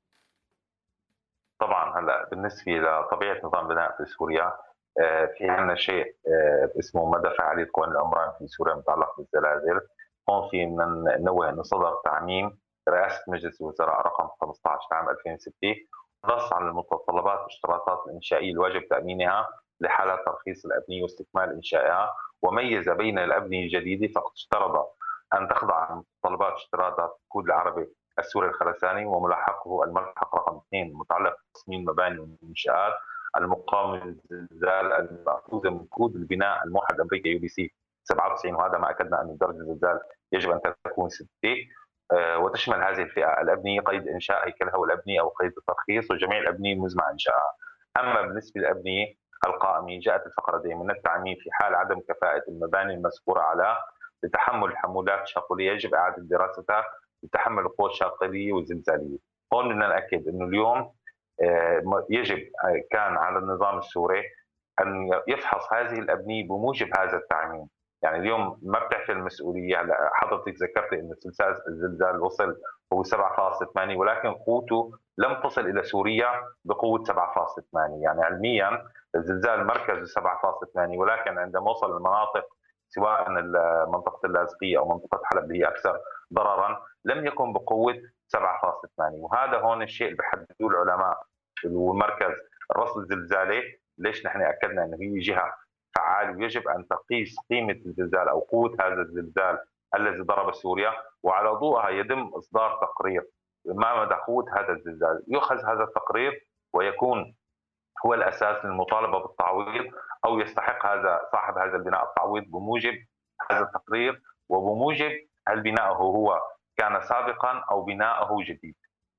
طبعا هلا بالنسبه لطبيعه نظام بناء في سوريا، آه، في عندنا شيء آه، اسمه مدى فعاليه قوانين العمران في سوريا متعلق بالزلازل. هون في بدنا ننوه انه صدر تعميم رئاسه مجلس الوزراء رقم خمسة عشر عام ألفين وستة، نص على المتطلبات والاشتراطات الانشائيه الواجب تامينها لحالات ترخيص الابنيه واستكمال انشائها، وميز بين الابنيه الجديده فقد اشترط ان تخضع لمتطلبات اشتراطات الكود العربي السوري الخرساني وملحقه الملحق رقم اثنين المتعلق بتصميم المباني والمنشآت المقاومة للزلزال المأخوذة من كود البناء الموحد الأمريكي يو بي سي سبعة وتسعين، وهذا ما أكدنا أن درجة الزلزال يجب أن تكون ستة. وتشمل هذه الفئة الأبنية قيد إنشاء هيكلها والأبنية أو قيد الترخيص وجميع الأبنية المزمع إنشائها. أما بالنسبة للأبنية القائمة جاءت الفقرة دي من التعميم في حال عدم كفاءة المباني المذكورة على لتحمل الحمولات الشاقولية يجب إعادة دراستها لتحمل القوى الشاقليه والزلزاليه. هون بدنا ناكد انه اليوم يجب كان على النظام السوري ان يفحص هذه الابنيه بموجب هذا التعميم. يعني اليوم ما بتحكي المسؤوليه، هلا حضرتك ذكرت انه الزلزال وصل هو سبعة فاصلة ثمانية ولكن قوته لم تصل الى سوريا بقوه سبعة فاصلة ثمانية، يعني علميا الزلزال مركزه سبعة فاصلة ثمانية ولكن عندما وصل المناطق سواء منطقه اللاذقيه او منطقه حلب اللي هي اكثر ضررا لم يكن بقوه سبعة فاصلة ثمانية، وهذا هون الشيء اللي بحددوه العلماء والمركز الرصد الزلزالي. ليش نحن اكدنا انه هي جهه فعاله ويجب ان تقيس قيمه الزلزال او قوه هذا الزلزال الذي ضرب سوريا، وعلى ضوءها يتم اصدار تقرير ما مدى قوه هذا الزلزال. يؤخذ هذا التقرير ويكون هو الاساس للمطالبه بالتعويض، او يستحق هذا صاحب هذا البناء التعويض بموجب هذا التقرير وبموجب هل بناؤه هو كان سابقا او بناؤه جديد.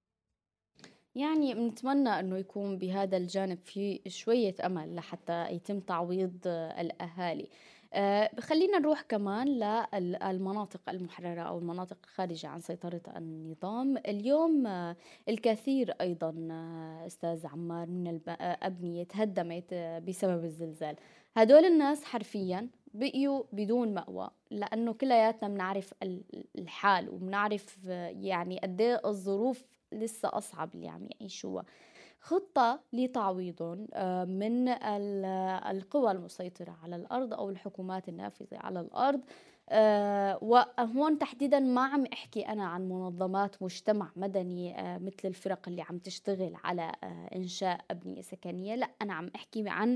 يعني بنتمنى انه يكون بهذا الجانب في شوية امل لحتى يتم تعويض الاهالي. أه خلينا نروح كمان للمناطق المحررة أو المناطق الخارجة عن سيطرة النظام. اليوم أه الكثير أيضا أه أستاذ عمار من الأبنية تهدمت أه بسبب الزلزال. هدول الناس حرفيا بقيوا بدون مأوى، لأنه كلياتنا بنعرف الحال وبنعرف أه يعني قد ايه الظروف لسه أصعب اللي عم يعيشوها. خطة لتعويضهم من القوى المسيطرة على الأرض أو الحكومات النافذة على الأرض. وهون تحديدا ما عم أحكي أنا عن منظمات مجتمع مدني مثل الفرق اللي عم تشتغل على إنشاء أبنية سكنية، لا أنا عم أحكي عن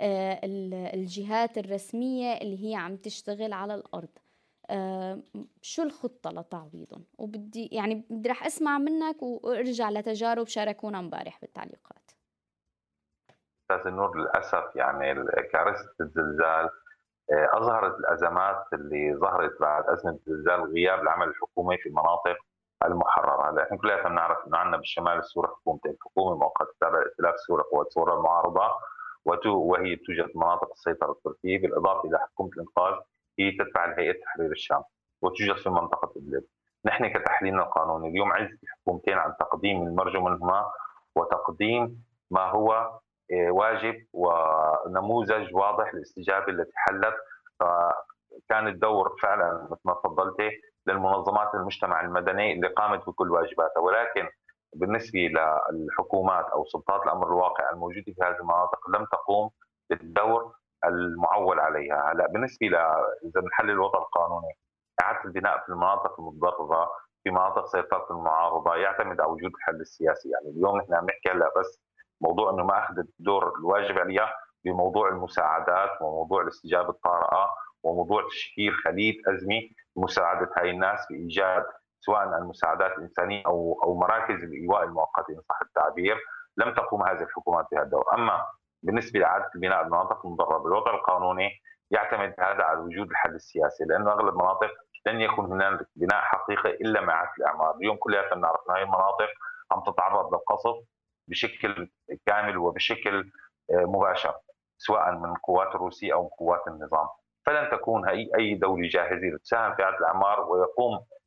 الجهات الرسمية اللي هي عم تشتغل على الأرض. آه شو الخطة لتعويضهم؟ وبدي يعني بدي رح أسمع منك وارجع لتجارب شاركونا امبارح بالتعليقات. أستاذ النور، للأسف يعني كارثة الزلزال أظهرت الأزمات اللي ظهرت بعد أزمة الزلزال وغياب العمل الحكومي في المناطق المحررة. هلا احنا كلنا بنعرف إنه عندنا بالشمال السوري حكومتين، حكومة مؤقتة تابعة لائتلاف السوري قوات الثورة المعارضة وهي توجد مناطق السيطرة التركية، بالإضافة إلى حكومة الإنقاذ هي تتبع لهيئة تحرير الشام وتوجد في منطقة إدلب. نحن كتحليلنا القانوني اليوم عجز الحكومتين عن تقديم المرجو منهما وتقديم ما هو واجب ونموذج واضح للاستجابة التي حلت. فكان الدور فعلا مثل ما تفضلتي للمنظمات المجتمع المدني اللي قامت بكل واجباتها، ولكن بالنسبة للحكومات أو سلطات الأمر الواقع الموجودة في هذه المناطق لم تقوم بالدور المعول عليها. هلا بالنسبه ل اذا بنحلل الوضع القانوني، اعاده البناء في المناطق المتضرره في مناطق سيطره المعارضه يعتمد على وجود الحل السياسي. يعني اليوم نحن عم نحكي هلا بس موضوع انه ما اخذت الدور الواجب عليها بموضوع المساعدات وموضوع الاستجابه الطارئه وموضوع تشكيل خليه ازمه لمساعده هاي الناس في ايجاد سواء المساعدات الانسانيه او او مراكز الايواء المؤقته ان صح التعبير. لم تقوم هذه الحكومات بهذا الدور. اما بالنسبه لاعاده البناء بالمناطق المضرره بالوضع القانوني يعتمد هذا على وجود الحل السياسي، لانه اغلب المناطق لن يكون هنالك بناء حقيقي الا مع اعاده الاعمار. اليوم كلياتنا بنعرف ان هذه المناطق عم تتعرض للقصف بشكل كامل وبشكل مباشر سواء من القوات الروسيه او من قوات النظام، فلن تكون اي اي دوله جاهزه لتساهم في اعاده الاعمار ويقوم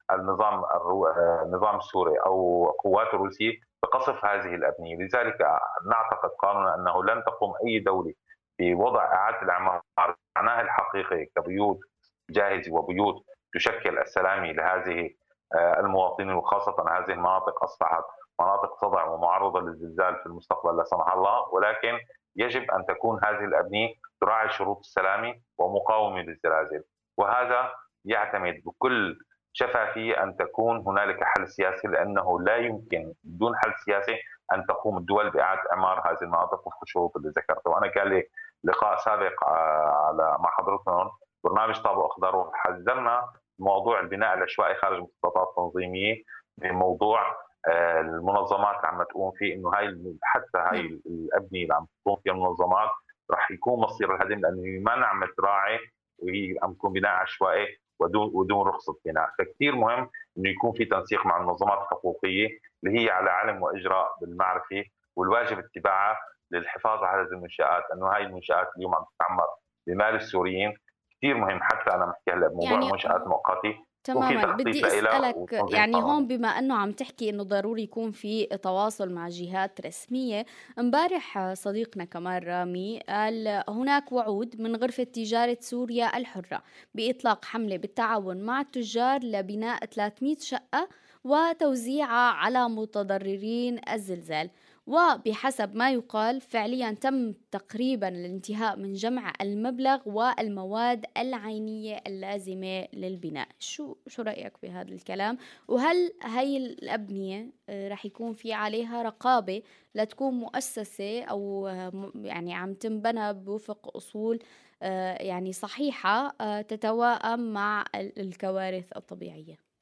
النظام الرو... النظام السوري او قوات الروسيه بقصف هذه الابنيه، لذلك نعتقد قانونا انه لن تقوم اي دوله في وضع اعاده الاعمار معناها الحقيقي كبيوت جاهزه وبيوت تشكل السلامه لهذه المواطنين، وخاصه هذه المناطق اصبحت مناطق تضع ومعرضه للزلزال في المستقبل لا سمح الله، ولكن يجب ان تكون هذه الابنيه تراعي شروط السلامه ومقاومه للزلازل، وهذا يعتمد بكل شفافيه ان تكون هنالك حل سياسي، لانه لا يمكن بدون حل سياسي ان تقوم الدول باعاده اعمار هذه المناطق وفق الشروط اللي ذكرتها. وانا كان لي لقاء سابق على مع حضرتكم برنامج طابق اخضر وحذرنا موضوع البناء العشوائي خارج مخططات تنظيميه بموضوع المنظمات اللي عم تقوم فيه، انه هاي حتى هاي الابنيه اللي عم تقوم فيها المنظمات رح يكون مصير الهدم، لانه ما عم تراعي وهي عم تكون بناء عشوائي ودون ودون رخصه بناء، فكثير مهم انه يكون في تنسيق مع المنظمات الحقوقيه اللي هي على علم واجراء بالمعرفه والواجب اتباعها للحفاظ على هذه المنشات، انه هاي المنشات اليوم عم تتعمر بمال السوريين، كثير مهم. حتى انا بحكي هلا بموضوع يعني المنشات مؤقته تماما. بدي اسالك يعني هون بما انه عم تحكي انه ضروري يكون في تواصل مع جهات رسميه، امبارح صديقنا كمان رامي قال هناك وعود من غرفه تجاره سوريا الحره باطلاق حمله بالتعاون مع التجار لبناء ثلاثمئة شقه وتوزيعها على متضررين الزلزال، وبحسب ما يقال فعليا تم تقريبا الانتهاء من جمع المبلغ والمواد العينية اللازمة للبناء. شو شو رأيك بهذا الكلام؟ وهل هاي الأبنية رح يكون في عليها رقابة لتكون مؤسسة أو يعني عم تنبنى بوفق أصول يعني صحيحة تتوائم مع الكوارث الطبيعية؟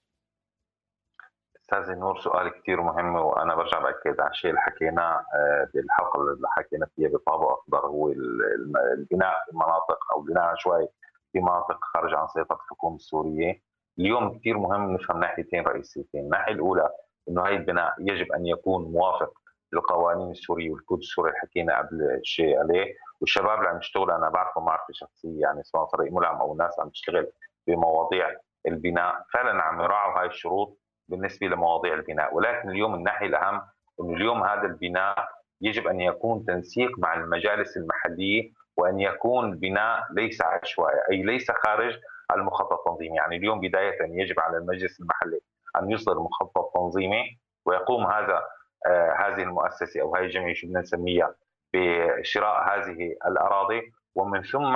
استاذ نور، سؤال كثير مهم، وانا برجع باكد على الشيء اللي حكيناه بالحلقه اللي حكينا فيها بطابق اخضر، هو البناء في مناطق او بناء عشوائي في مناطق خارج عن سيطره الحكومه السوريه. اليوم كثير مهم نفهم ناحيتين رئيسيتين، الناحيه الاولى انه هاي البناء يجب ان يكون موافق للقوانين السوريه والكود السوري اللي حكينا قبل شيء عليه، والشباب اللي عم يشتغلوا انا بعرفهم معرفه شخصيه، يعني سواء فريق ملعب او ناس عم تشتغل بمواضيع البناء فعلا عم يراعوا هاي الشروط بالنسبه لمواضيع البناء. ولكن اليوم الناحيه الاهم انه اليوم هذا البناء يجب ان يكون تنسيق مع المجالس المحليه، وان يكون بناء ليس عشوائي، اي ليس خارج المخطط التنظيمي. يعني اليوم بدايه يجب على المجلس المحلي ان يصدر مخطط تنظيمي، ويقوم هذا آه هذه المؤسسه او هذه الجمعيه شو بدنا نسميها بشراء هذه الاراضي، ومن ثم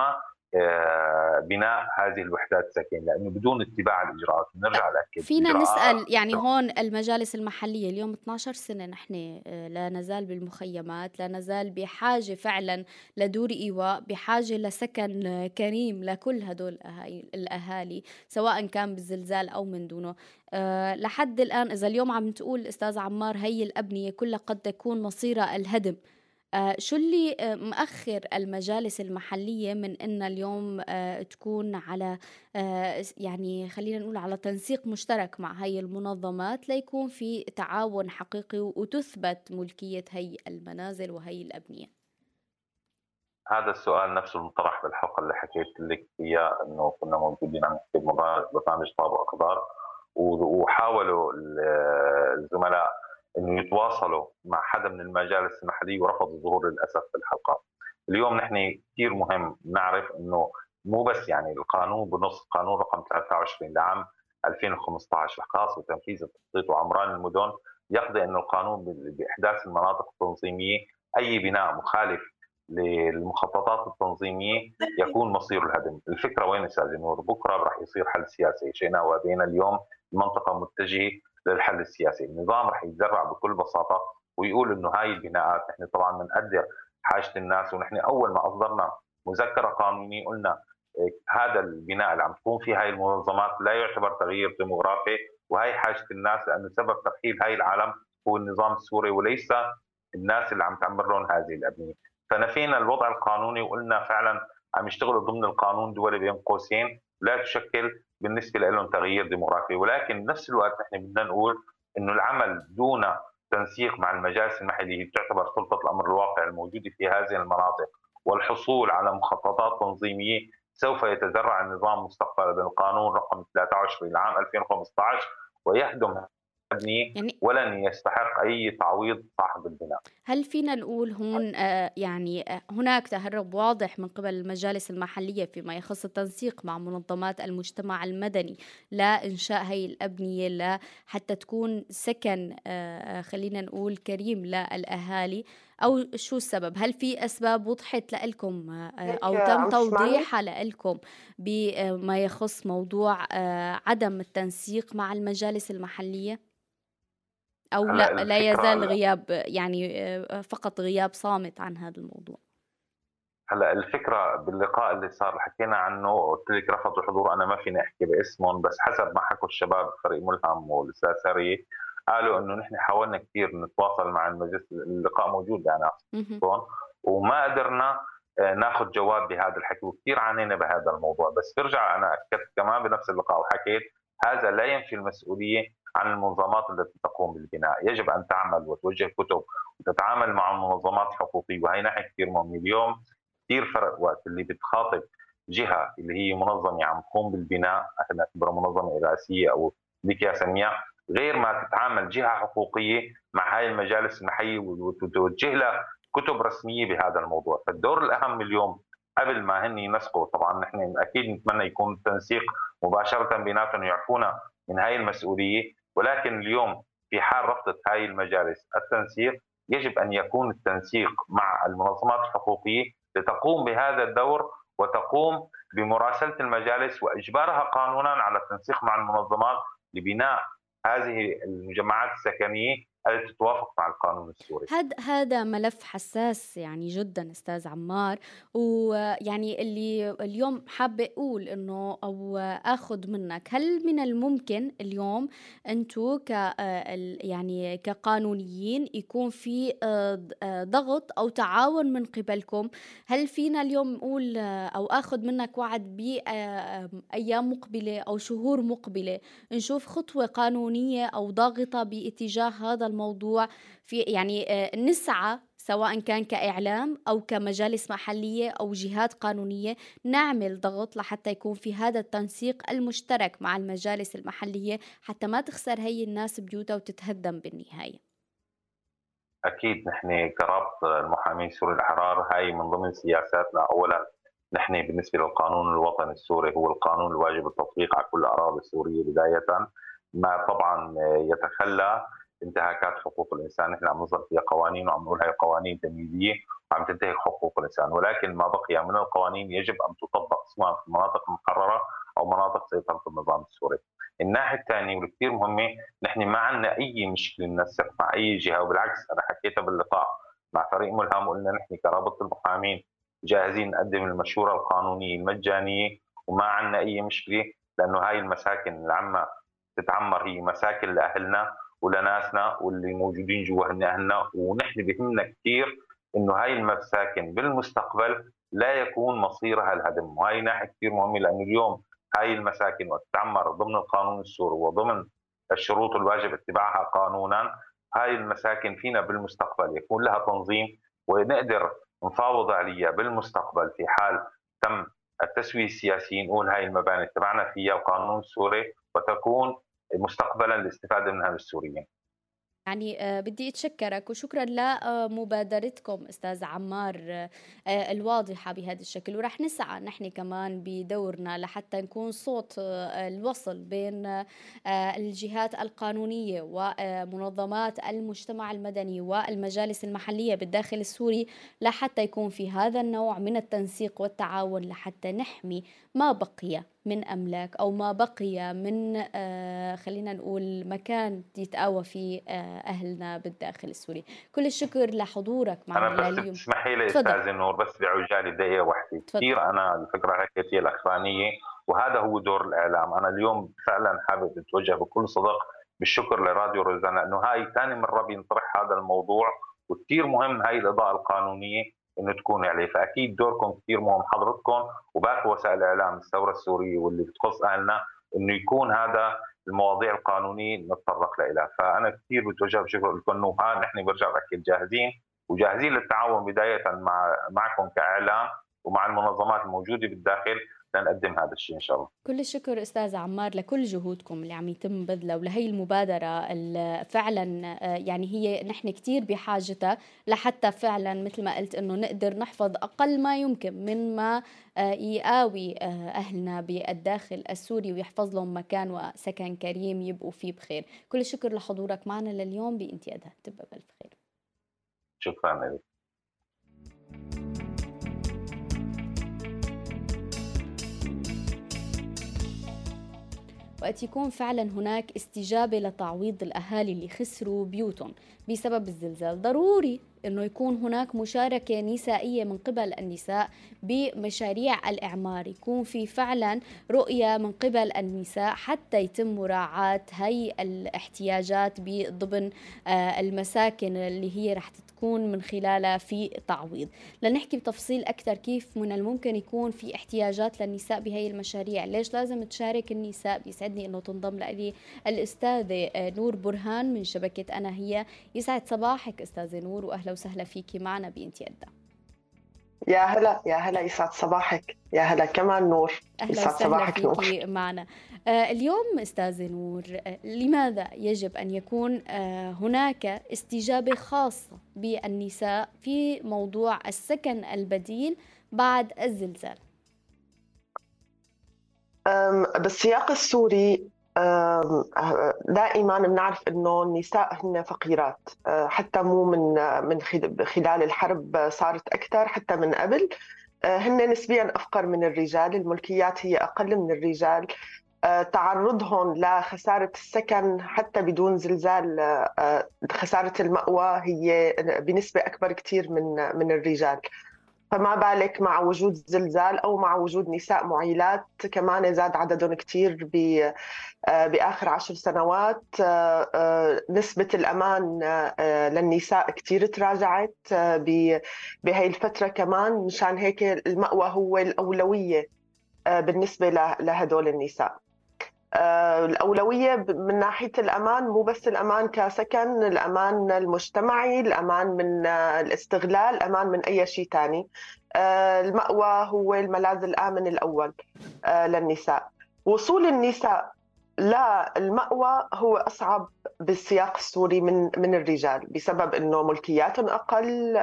بناء هذه الوحدات السكنيه، لانه بدون اتباع الاجراءات بنرجع ناكد فينا نسال يعني هون المجالس المحليه اليوم اثنتي عشرة سنه نحن لا نزال بالمخيمات، لا نزال بحاجه فعلا لدور ايواء، بحاجه لسكن كريم لكل هدول الاهالي سواء كان بالزلزال او من دونه. أه لحد الان اذا اليوم عم تقول استاذ عمار هي الابنيه كلها قد تكون مصيرها الهدم، آه شو اللي آه مؤخر المجالس المحلية من أن اليوم آه تكون على آه يعني خلينا نقول على تنسيق مشترك مع هاي المنظمات ليكون في تعاون حقيقي وتثبت ملكية هاي المنازل وهي الأبنية؟ هذا السؤال نفسه المطرح بالحلقة اللي حكيت لك فيها، أنه كنا موجودين عم نكتب برنامج طابق أخضر، وحاولوا الزملاء انه يتواصلوا مع حدا من المجالس المحليه ورفضوا الظهور للاسف في الحلقه. اليوم نحن كثير مهم نعرف انه مو بس يعني القانون بنص قانون رقم ثلاثة وعشرين لعام ألفين وخمسة عشر الخاص بتنفيذ التخطيط وعمران المدن يقضي انه القانون باحداث المناطق التنظيميه اي بناء مخالف للمخططات التنظيميه يكون مصير الهدم. الفكره وين استاذ نور؟ بكره رح يصير حل سياسي، شئنا وابينا اليوم المنطقه متجهه للحل السياسي، النظام رح يتزرع بكل بساطه ويقول انه هاي البناءات، نحن طبعا بنقدر حاجه الناس، ونحن اول ما اصدرنا مذكره قانونيه قلنا هذا البناء اللي عم تقوم فيه هاي المنظمات لا يعتبر تغيير ديموغرافي، وهي حاجه الناس، لانه سبب ترحيل هاي العالم هو النظام السوري وليس الناس اللي عم تعمر لهم هذه الابنيه. فنفينا الوضع القانوني وقلنا فعلا عم يشتغلوا ضمن القانون دولي بين قوسين لا تشكل بالنسبه لهم تغيير ديموغرافي، ولكن بنفس الوقت نحن بدنا نقول انه العمل دون تنسيق مع المجالس المحليه تعتبر سلطه الامر الواقع الموجوده في هذه المناطق والحصول على مخططات تنظيميه سوف يتزرع النظام مستقبلا بالقانون رقم ثلاثة وعشرين لعام ألفين وخمسة عشر ويهدم المبني يعني ولن يستحق أي تعويض صاحب البناء. هل فينا نقول هون آه، يعني آه، هناك تهرب واضح من قبل المجالس المحلية فيما يخص التنسيق مع منظمات المجتمع المدني لإنشاء هي الأبنية لا حتى تكون سكن آه، آه، خلينا نقول كريم للأهالي، أو شو السبب؟ هل في أسباب وضحت لكم آه، هيك أو تم عم تسمعني؟ توضيحها لكم بما يخص موضوع آه، عدم التنسيق مع المجالس المحلية؟ أو هلا لا لا الفكرة يزال غياب يعني آه، فقط غياب صامت عن هذا الموضوع؟ هلا الفكره باللقاء اللي صار حكينا عنه، قلت لك رفضوا الحضور، انا ما فيني احكي باسمهم، بس حسب ما حكوا الشباب فريق ملهم والاستاذ ساري قالوا انه نحن حاولنا كثير نتواصل مع المجلس، اللقاء موجود يعني مهم. وما قدرنا آه، ناخذ جواب بهذا الحكي، وكثير عانينا بهذا الموضوع. بس برجع انا اكدت كمان بنفس اللقاء وحكيت هذا لا ينفي المسؤوليه عن المنظمات التي تقوم بالبناء، يجب ان تعمل وتوجه كتب وتتعامل مع المنظمات الحقوقيه، وهي ناحيه كثير مهمه. اليوم كثير فرق وقت اللي بتخاطب جهه اللي هي منظمه عم تقوم بالبناء، احنا نعتبرها منظمه اراسيه او ليك اسميها، غير ما تتعامل جهه حقوقيه مع هاي المجالس المحليه وتوجه لها كتب رسميه بهذا الموضوع. فالدور الاهم اليوم قبل ما هن ينسقوا، طبعا نحن اكيد نتمنى يكون التنسيق مباشره بيناتهم يعفونا من هاي المسؤوليه، ولكن اليوم في حال رفضت هاي المجالس التنسيق يجب ان يكون التنسيق مع المنظمات الحقوقيه لتقوم بهذا الدور وتقوم بمراسله المجالس واجبارها قانونا على التنسيق مع المنظمات لبناء هذه المجمعات السكنيه التي تتوافق مع القانون السوري. هذا هذا ملف حساس يعني جدا استاذ عمار، ويعني اللي اليوم حابه اقول انه او اخذ منك، هل من الممكن اليوم انتم ك يعني كقانونيين يكون في ضغط او تعاون من قبلكم؟ هل فينا اليوم نقول او اخذ منك وعد بايام مقبله او شهور مقبله نشوف خطوه قانونيه او ضاغطه باتجاه هذا الموضوع، في يعني نسعى سواء كان كإعلام أو كمجالس محلية أو جهات قانونية نعمل ضغط لحتى يكون في هذا التنسيق المشترك مع المجالس المحلية حتى ما تخسر هي الناس بيوتها وتتهدم بالنهاية؟ أكيد نحن كرابطة المحامين السوري الأحرار هاي من ضمن سياساتنا. أولا نحن بالنسبة للقانون الوطني السوري هو القانون الواجب التطبيق على كل الأراضي السورية بداية، ما طبعا يتخلى انتهاكات حقوق الانسان. نحن عم نصدر فيها قوانين وعم نقول هي قوانين تمييزيه وعم تنتهك حقوق الانسان، ولكن ما بقي من القوانين يجب ان تطبق سواء في المناطق المحرره او مناطق سيطره النظام السوري. الناحيه الثانيه والكثير مهمه، نحن ما عندنا اي مشكله ننسق مع اي جهه، وبالعكس انا حكيتها باللقاء مع فريق ملهم وقلنا نحن كرابطه المحامين جاهزين نقدم المشوره القانونيه المجانيه وما عندنا اي مشكله، لانه هاي المساكن اللي عم تتعمر هي مساكن لاهلنا ولناسنا واللي موجودين جوا هن اهلنا، ونحن بهمنا كثير انه هاي المساكن بالمستقبل لا يكون مصيرها الهدم، وهي ناحيه كثير مهمه، لانه اليوم هاي المساكن وتتعمر ضمن القانون السوري وضمن الشروط الواجب اتباعها قانونا، هاي المساكن فينا بالمستقبل يكون لها تنظيم ونقدر نفاوض عليها بالمستقبل في حال تم التسويه السياسي، نقول هاي المباني تبعنا فيها القانون السوري وتكون مستقبلا للاستفاده منها بالسوريين. يعني آه، بدي أتشكرك وشكرا لمبادرتكم أستاذ عمار آه، آه، الواضحة بهذا الشكل، ورح نسعى نحن كمان بدورنا لحتى نكون صوت آه، الوصل بين آه، الجهات القانونية ومنظمات المجتمع المدني والمجالس المحلية بالداخل السوري، لحتى يكون في هذا النوع من التنسيق والتعاون لحتى نحمي ما بقي من أملاك أو ما بقي من آه خلينا نقول مكان يتقاوى فيه آه أهلنا بالداخل السوري. كل الشكر لحضورك معنا أنا بس اليوم. تسمحي لي أستاذ نور بس بعجالي دقيقة واحدة. كثير أنا الفكرة حكيتها الأخرانية وهذا هو دور الإعلام. أنا اليوم فعلا حابب أتوجه بكل صدق بالشكر لراديو روزانا، لأنه هاي ثاني مرة بينطرح هذا الموضوع وكثير مهم هاي الإضاءة القانونية انه تكون عليه، فاكيد دوركم كثير مهم حضرتكم وباقي وسائل الاعلام الثوره السوريه واللي بتخص اهلنا انه يكون هذا المواضيع القانونيه نتطرق لها. فانا كثير بتوجه بشكر لكم انه نحن برجع باكد جاهزين وجاهزين للتعاون بدايه مع معكم كاعلام ومع المنظمات الموجوده بالداخل لنقدم هذا الشيء إن شاء الله. كل الشكر أستاذ عمار لكل جهودكم اللي عم يتم بذلها ولهي المبادرة اللي فعلا يعني هي نحن كتير بحاجتها لحتى فعلا مثل ما قلت إنه نقدر نحفظ أقل ما يمكن من ما يقاوي أهلنا بالداخل السوري ويحفظ لهم مكان وسكن كريم يبقوا فيه بخير. كل الشكر لحضورك معنا لليوم بإنتي أدها، تبقى بالف خير. شكرا لك. وقت يكون فعلا هناك استجابة لتعويض الأهالي اللي خسروا بيوتهم بسبب الزلزال، ضروري أنه يكون هناك مشاركة نسائية من قبل النساء بمشاريع الإعمار، يكون في فعلا رؤية من قبل النساء حتى يتم مراعاة هاي الاحتياجات ضمن المساكن اللي هي رح تكون من خلالها في تعويض. لنحكي بتفصيل أكثر كيف من الممكن يكون في احتياجات للنساء بهاي المشاريع، ليش لازم تشارك النساء. بيسعدني أنه تنضم لي الأستاذة نور برهان من شبكة أنا هي. يسعد صباحك أستاذة نور وأهلا وسهلا فيكي معنا بإنتي أدها. يا هلا يا هلا، يسعد صباحك. يا هلا كمان نور، يسعد صباحك نور معنا. آه اليوم أستاذة نور، آه لماذا يجب أن يكون آه هناك استجابة خاصة بالنساء في موضوع السكن البديل بعد الزلزال؟ بالسياق السوري دائما بنعرف انه النساء هن فقيرات، حتى مو من من خلال الحرب صارت اكثر، حتى من قبل هن نسبيا افقر من الرجال، الملكيات هي اقل من الرجال، تعرضهم لخساره السكن حتى بدون زلزال، خساره المأوى هي بنسبه اكبر كثير من من الرجال. فما بالك مع وجود زلزال أو مع وجود نساء معيلات كمان زاد عددهم كتير بآخر عشر سنوات. نسبة الأمان للنساء كتير تراجعت بهاي الفترة كمان، مشان هيك المأوى هو الأولوية بالنسبة لهدول النساء. الأولوية من ناحية الأمان، مو بس الأمان كسكن، الأمان المجتمعي، الأمان من الاستغلال، الأمان من أي شيء تاني. المأوى هو الملاذ الآمن الأول للنساء. وصول النساء للمأوى هو أصعب بالسياق السوري من من الرجال، بسبب إنه ملكياتهم أقل،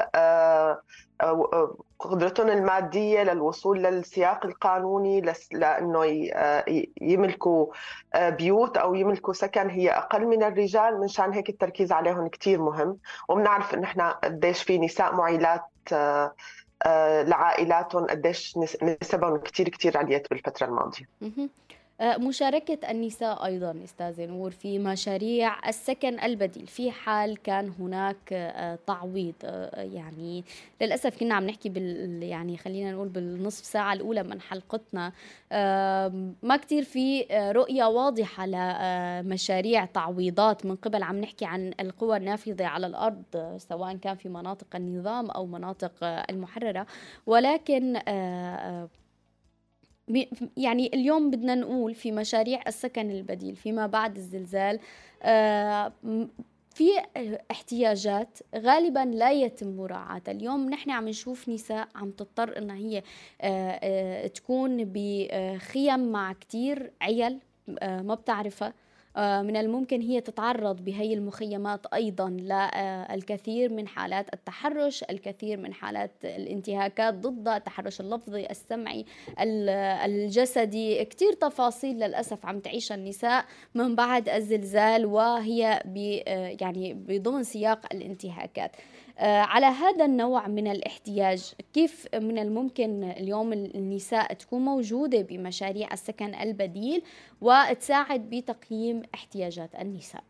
قدرتهم المادية للوصول للسياق القانوني لأنه يملكوا بيوت أو يملكوا سكن هي أقل من الرجال، منشان هيك التركيز عليهم كتير مهم. وبنعرف إن إحنا قديش في نساء معيلات لعائلاتهم قديش نسبهم كتير كتير عليت بالفترة الماضية. مشاركة النساء أيضا أستاذة نور في مشاريع السكن البديل في حال كان هناك تعويض، يعني للأسف كنا عم نحكي بال يعني خلينا نقول بالنصف ساعة الأولى من حلقتنا ما كتير في رؤية واضحة لمشاريع تعويضات من قبل، عم نحكي عن القوى النافذة على الأرض سواء كان في مناطق النظام أو مناطق المحررة. ولكن يعني اليوم بدنا نقول في مشاريع السكن البديل فيما بعد الزلزال في احتياجات غالبا لا يتم مراعاتها. اليوم نحن عم نشوف نساء عم تضطر انها هي تكون بخيم مع كتير عيال ما بتعرفها، من الممكن هي تتعرض بهي المخيمات أيضا للكثير من حالات التحرش، الكثير من حالات الانتهاكات ضدها، التحرش اللفظي السمعي الجسدي، كتير تفاصيل للأسف عم تعيشها النساء من بعد الزلزال وهي يعني بضمن سياق الانتهاكات. على هذا النوع من الاحتياج كيف من الممكن اليوم النساء تكون موجودة بمشاريع السكن البديل وتساعد بتقييم احتياجات النساء؟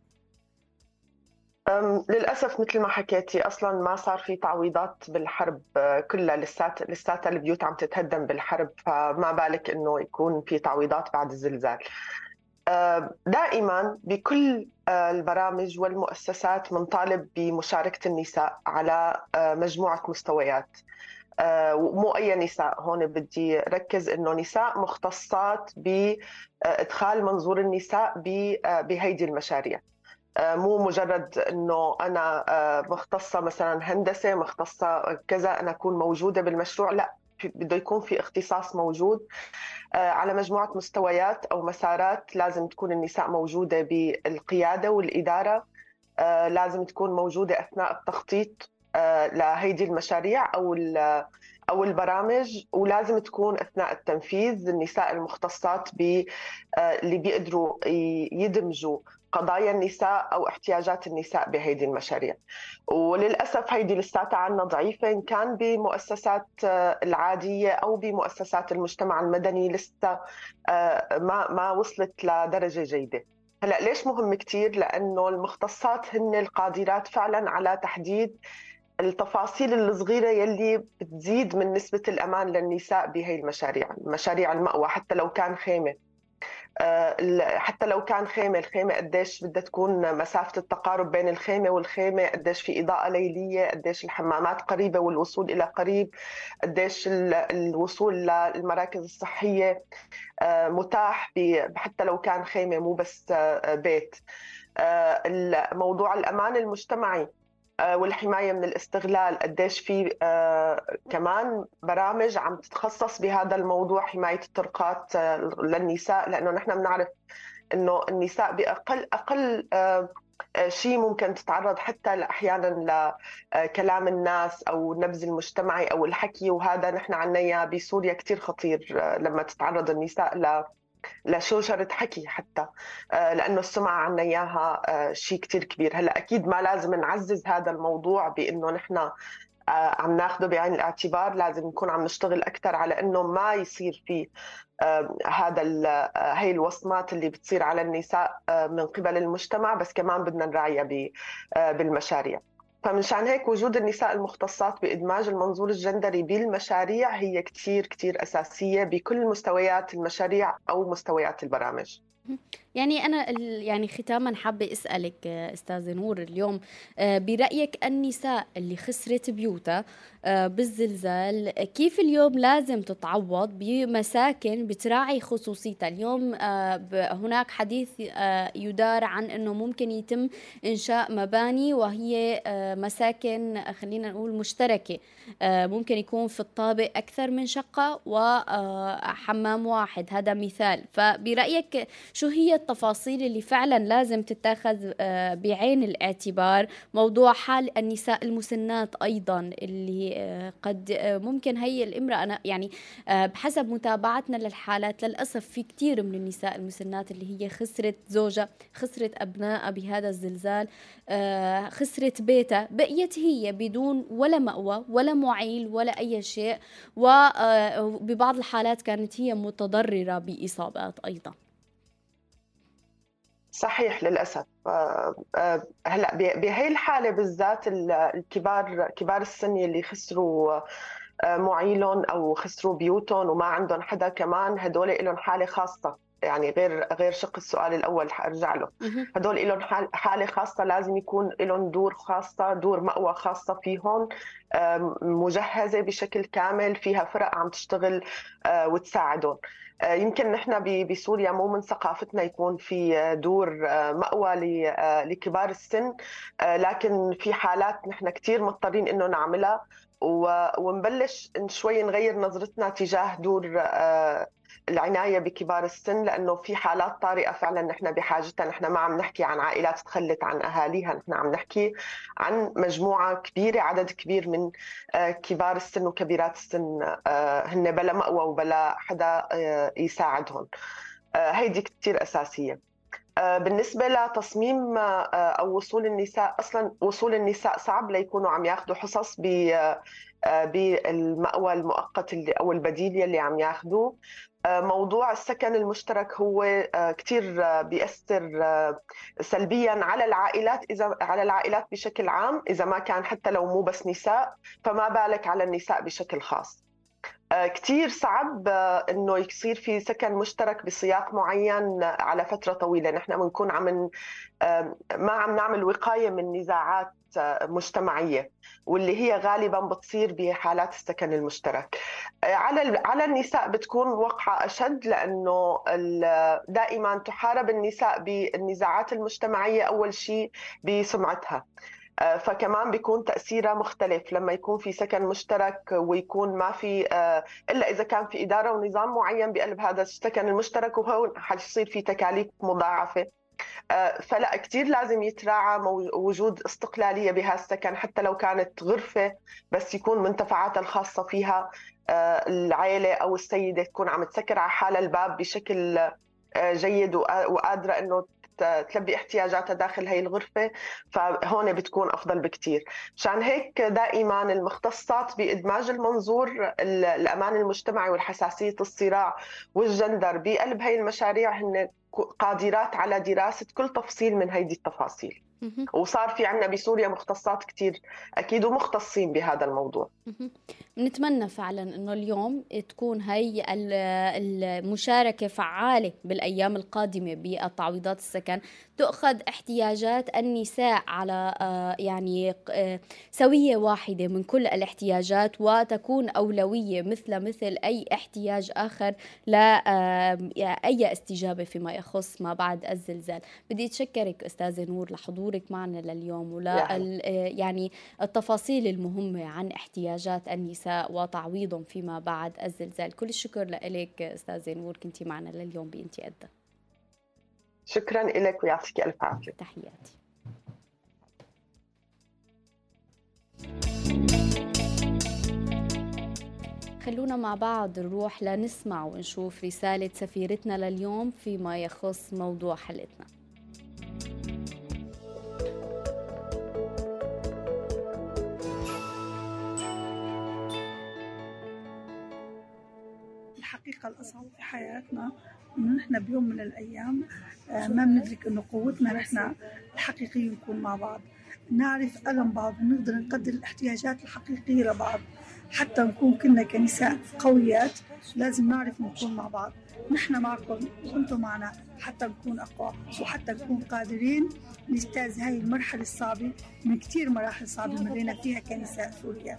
للأسف مثل ما حكيتي أصلا ما صار في تعويضات بالحرب كلها، لسات لسات البيوت عم تتهدم بالحرب، فما بالك إنه يكون في تعويضات بعد الزلزال. دائما بكل البرامج والمؤسسات منطالب بمشاركة النساء على مجموعة مستويات، ومو أي نساء، هون بدي ركز إنه نساء مختصات بإدخال منظور النساء بهيدي المشاريع، مو مجرد إنه أنا مختصة مثلا هندسة مختصة كذا أنا أكون موجودة بالمشروع، لا، بده يكون في اختصاص موجود على مجموعة مستويات أو مسارات. لازم تكون النساء موجودة بالقيادة والإدارة، لازم تكون موجودة أثناء التخطيط لهيدي المشاريع أو أو البرامج، ولازم تكون أثناء التنفيذ النساء المختصات اللي بيقدروا يدمجوا قضايا النساء أو احتياجات النساء بهيدي المشاريع. وللأسف هيدي لساتها عنا ضعيفة، إن كان بمؤسسات العادية أو بمؤسسات المجتمع المدني لسه ما ما وصلت لدرجة جيدة. هلأ ليش مهم كتير؟ لأنه المختصات هن القادرات فعلا على تحديد التفاصيل الصغيرة يلي بتزيد من نسبة الأمان للنساء بهي المشاريع، مشاريع المأوى. حتى لو كان خيمة حتى لو كان خيمة الخيمة قديش بدها تكون مسافة التقارب بين الخيمة والخيمة، قديش في إضاءة ليلية، قديش الحمامات قريبة والوصول إلى قريب، قديش الوصول للمراكز الصحية متاح حتى لو كان خيمة مو بس بيت. موضوع الأمان المجتمعي والحماية من الاستغلال، قديش في آه كمان برامج عم تتخصص بهذا الموضوع، حماية الطرقات آه للنساء، لأنه نحن بنعرف أنه النساء بأقل أقل آه شيء ممكن تتعرض حتى أحيانا لكلام الناس أو النبذ المجتمعي أو الحكي، وهذا نحن عنا إياه بسوريا كتير خطير آه لما تتعرض النساء ل لشوشرة حكي حتى، لأنه السمعة عنا إياها شيء كتير كبير. هلأ أكيد ما لازم نعزز هذا الموضوع بأنه نحن عم ناخده بعين الاعتبار، لازم نكون عم نشتغل أكثر على أنه ما يصير في هذا هاي الوصمات اللي بتصير على النساء من قبل المجتمع، بس كمان بدنا نراعيها بالمشاريع. فمنشان هيك وجود النساء المختصات بإدماج المنظور الجندري بالمشاريع هي كتير كتير أساسية بكل مستويات المشاريع أو مستويات البرامج. يعني أنا يعني ختاما حابة أسألك أستاذة نور اليوم، برأيك النساء اللي خسرت بيوتها بالزلزال كيف اليوم لازم تتعوض بمساكن بتراعي خصوصيتها؟ اليوم هناك حديث يدار عن أنه ممكن يتم إنشاء مباني وهي مساكن خلينا نقول مشتركة، ممكن يكون في الطابق أكثر من شقة وحمام واحد، هذا مثال. فبرأيك شو هي التفاصيل اللي فعلا لازم تتاخذ بعين الاعتبار؟ موضوع حال النساء المسنات أيضا اللي قد ممكن هي الامرأة، أنا يعني بحسب متابعتنا للحالات للأسف في كتير من النساء المسنات اللي هي خسرت زوجها، خسرت أبنائها بهذا الزلزال، خسرت بيتها، بقيت هي بدون ولا مأوى ولا معيل ولا أي شيء، وببعض الحالات كانت هي متضررة بإصابات أيضا. صحيح للأسف. هلا بهي الحالة بالذات الكبار كبار السن اللي خسروا معيلهم أو خسروا بيوتهم وما عندهم حدا كمان، هدول لهم حالة خاصة، يعني غير غير شق السؤال الأول حأرجع له. هدول لهم حالة خاصة، لازم يكون لهم دور خاصة، دور مأوى خاصة فيهم، مجهزة بشكل كامل، فيها فرق عم تشتغل وتساعدهم. يمكن نحن بسوريا مو من ثقافتنا يكون في دور مأوى لكبار السن، لكن في حالات نحن كتير مضطرين إنه نعملها، ونبلش شوي نغير نظرتنا تجاه دور العناية بكبار السن، لأنه في حالات طارئة فعلا نحن بحاجتها. نحن ما عم نحكي عن عائلات تخلت عن أهاليها، نحن عم نحكي عن مجموعة كبيرة، عدد كبير من كبار السن وكبيرات السن هن بلا مأوى وبلا حدا يساعدهم. هيدي كتير أساسية. بالنسبة لتصميم أو وصول النساء، أصلا وصول النساء صعب ليكونوا عم ياخدوا حصص بالمأوى المؤقت اللي أو البديل اللي عم ياخدوه. موضوع السكن المشترك هو كتير بيأثر سلبيا على العائلات، إذا على العائلات بشكل عام، إذا ما كان حتى لو مو بس نساء، فما بالك على النساء بشكل خاص. كتير صعب إنه يصير في سكن مشترك بسياق معين على فترة طويلة. نحن بنكون عم ما عم نعمل وقاية من نزاعات مجتمعية، واللي هي غالبا بتصير بحالات السكن المشترك. على على النساء بتكون وقعة أشد، لأنه دائما تحارب النساء بالنزاعات المجتمعية أول شيء بسمعتها. فكمان بيكون تأثيرها مختلف لما يكون في سكن مشترك ويكون ما في إلا إذا كان في إدارة ونظام معين بقلب هذا السكن المشترك، وهون حيصير في تكاليف مضاعفة. فلا كتير لازم يتراعى وجود استقلالية بهالسكن، حتى لو كانت غرفة بس يكون منتفعاتها الخاصة فيها العائلة أو السيدة تكون عم تسكر على حالها الباب بشكل جيد وقادرة أنه تلبي احتياجاتها داخل هاي الغرفة، فهون بتكون أفضل بكتير. مشان هيك دائما المختصات بإدماج المنظور الأمان المجتمعي والحساسية الصراع والجندر بقلب هاي المشاريع هن قادرات على دراسة كل تفصيل من هيدي التفاصيل. وصار في عنا بسوريا مختصات كتير أكيد ومختصين بهذا الموضوع. نتمنى فعلا أنه اليوم تكون هي المشاركة فعالة بالأيام القادمة بالتعويضات السكن، تأخذ احتياجات النساء على يعني سوية واحدة من كل الاحتياجات، وتكون أولوية مثل مثل أي احتياج آخر لأي استجابة فيما يخص ما بعد الزلزال. بدي أتشكرك أستاذة نور لحضورك معنا لليوم ولا يعني التفاصيل المهمة عن احتياجات النساء وتعويضهم فيما بعد الزلزال. كل الشكر لك أستاذة نور، كنتي معنا لليوم بإنتي أدى. شكرا لك ويعطيك ألف عافية. تحياتي. خلونا مع بعض نروح لنسمع ونشوف رسالة سفيرتنا لليوم فيما يخص موضوع حلقتنا. الحقيقة الأصعب في حياتنا إنه نحن بيوم من الأيام ما بندرك إنه قوتنا نحن الحقيقية نكون مع بعض، نعرف ألم بعض ونقدر نقدر الاحتياجات الحقيقية لبعض. حتى نكون كنا كنساء قويات لازم نعرف نكون مع بعض. نحن معكم وأنتم معنا حتى نكون أقوى وحتى نكون قادرين نجتاز هاي المرحلة الصعبة من كتير مراحل صعبة مرينا فيها كنساء سوريا.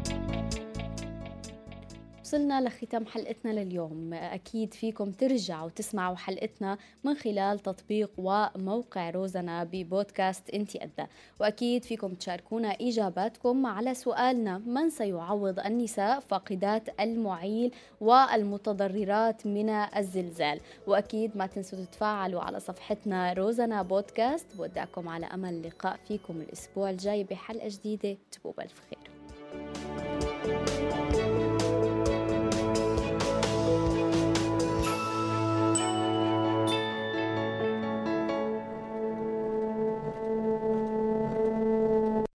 وصلنا لختام حلقتنا لليوم. أكيد فيكم ترجعوا وتسمعوا حلقتنا من خلال تطبيق وموقع روزانا ببودكاست انتي قدها، وأكيد فيكم تشاركونا إجاباتكم على سؤالنا: من سيعوض النساء فاقدات المعيل والمتضررات من الزلزال؟ وأكيد ما تنسوا تتفاعلوا على صفحتنا روزانا بودكاست. بودعكم على أمل لقاء فيكم الأسبوع الجاي بحلقة جديدة. تبقوا بألف خير.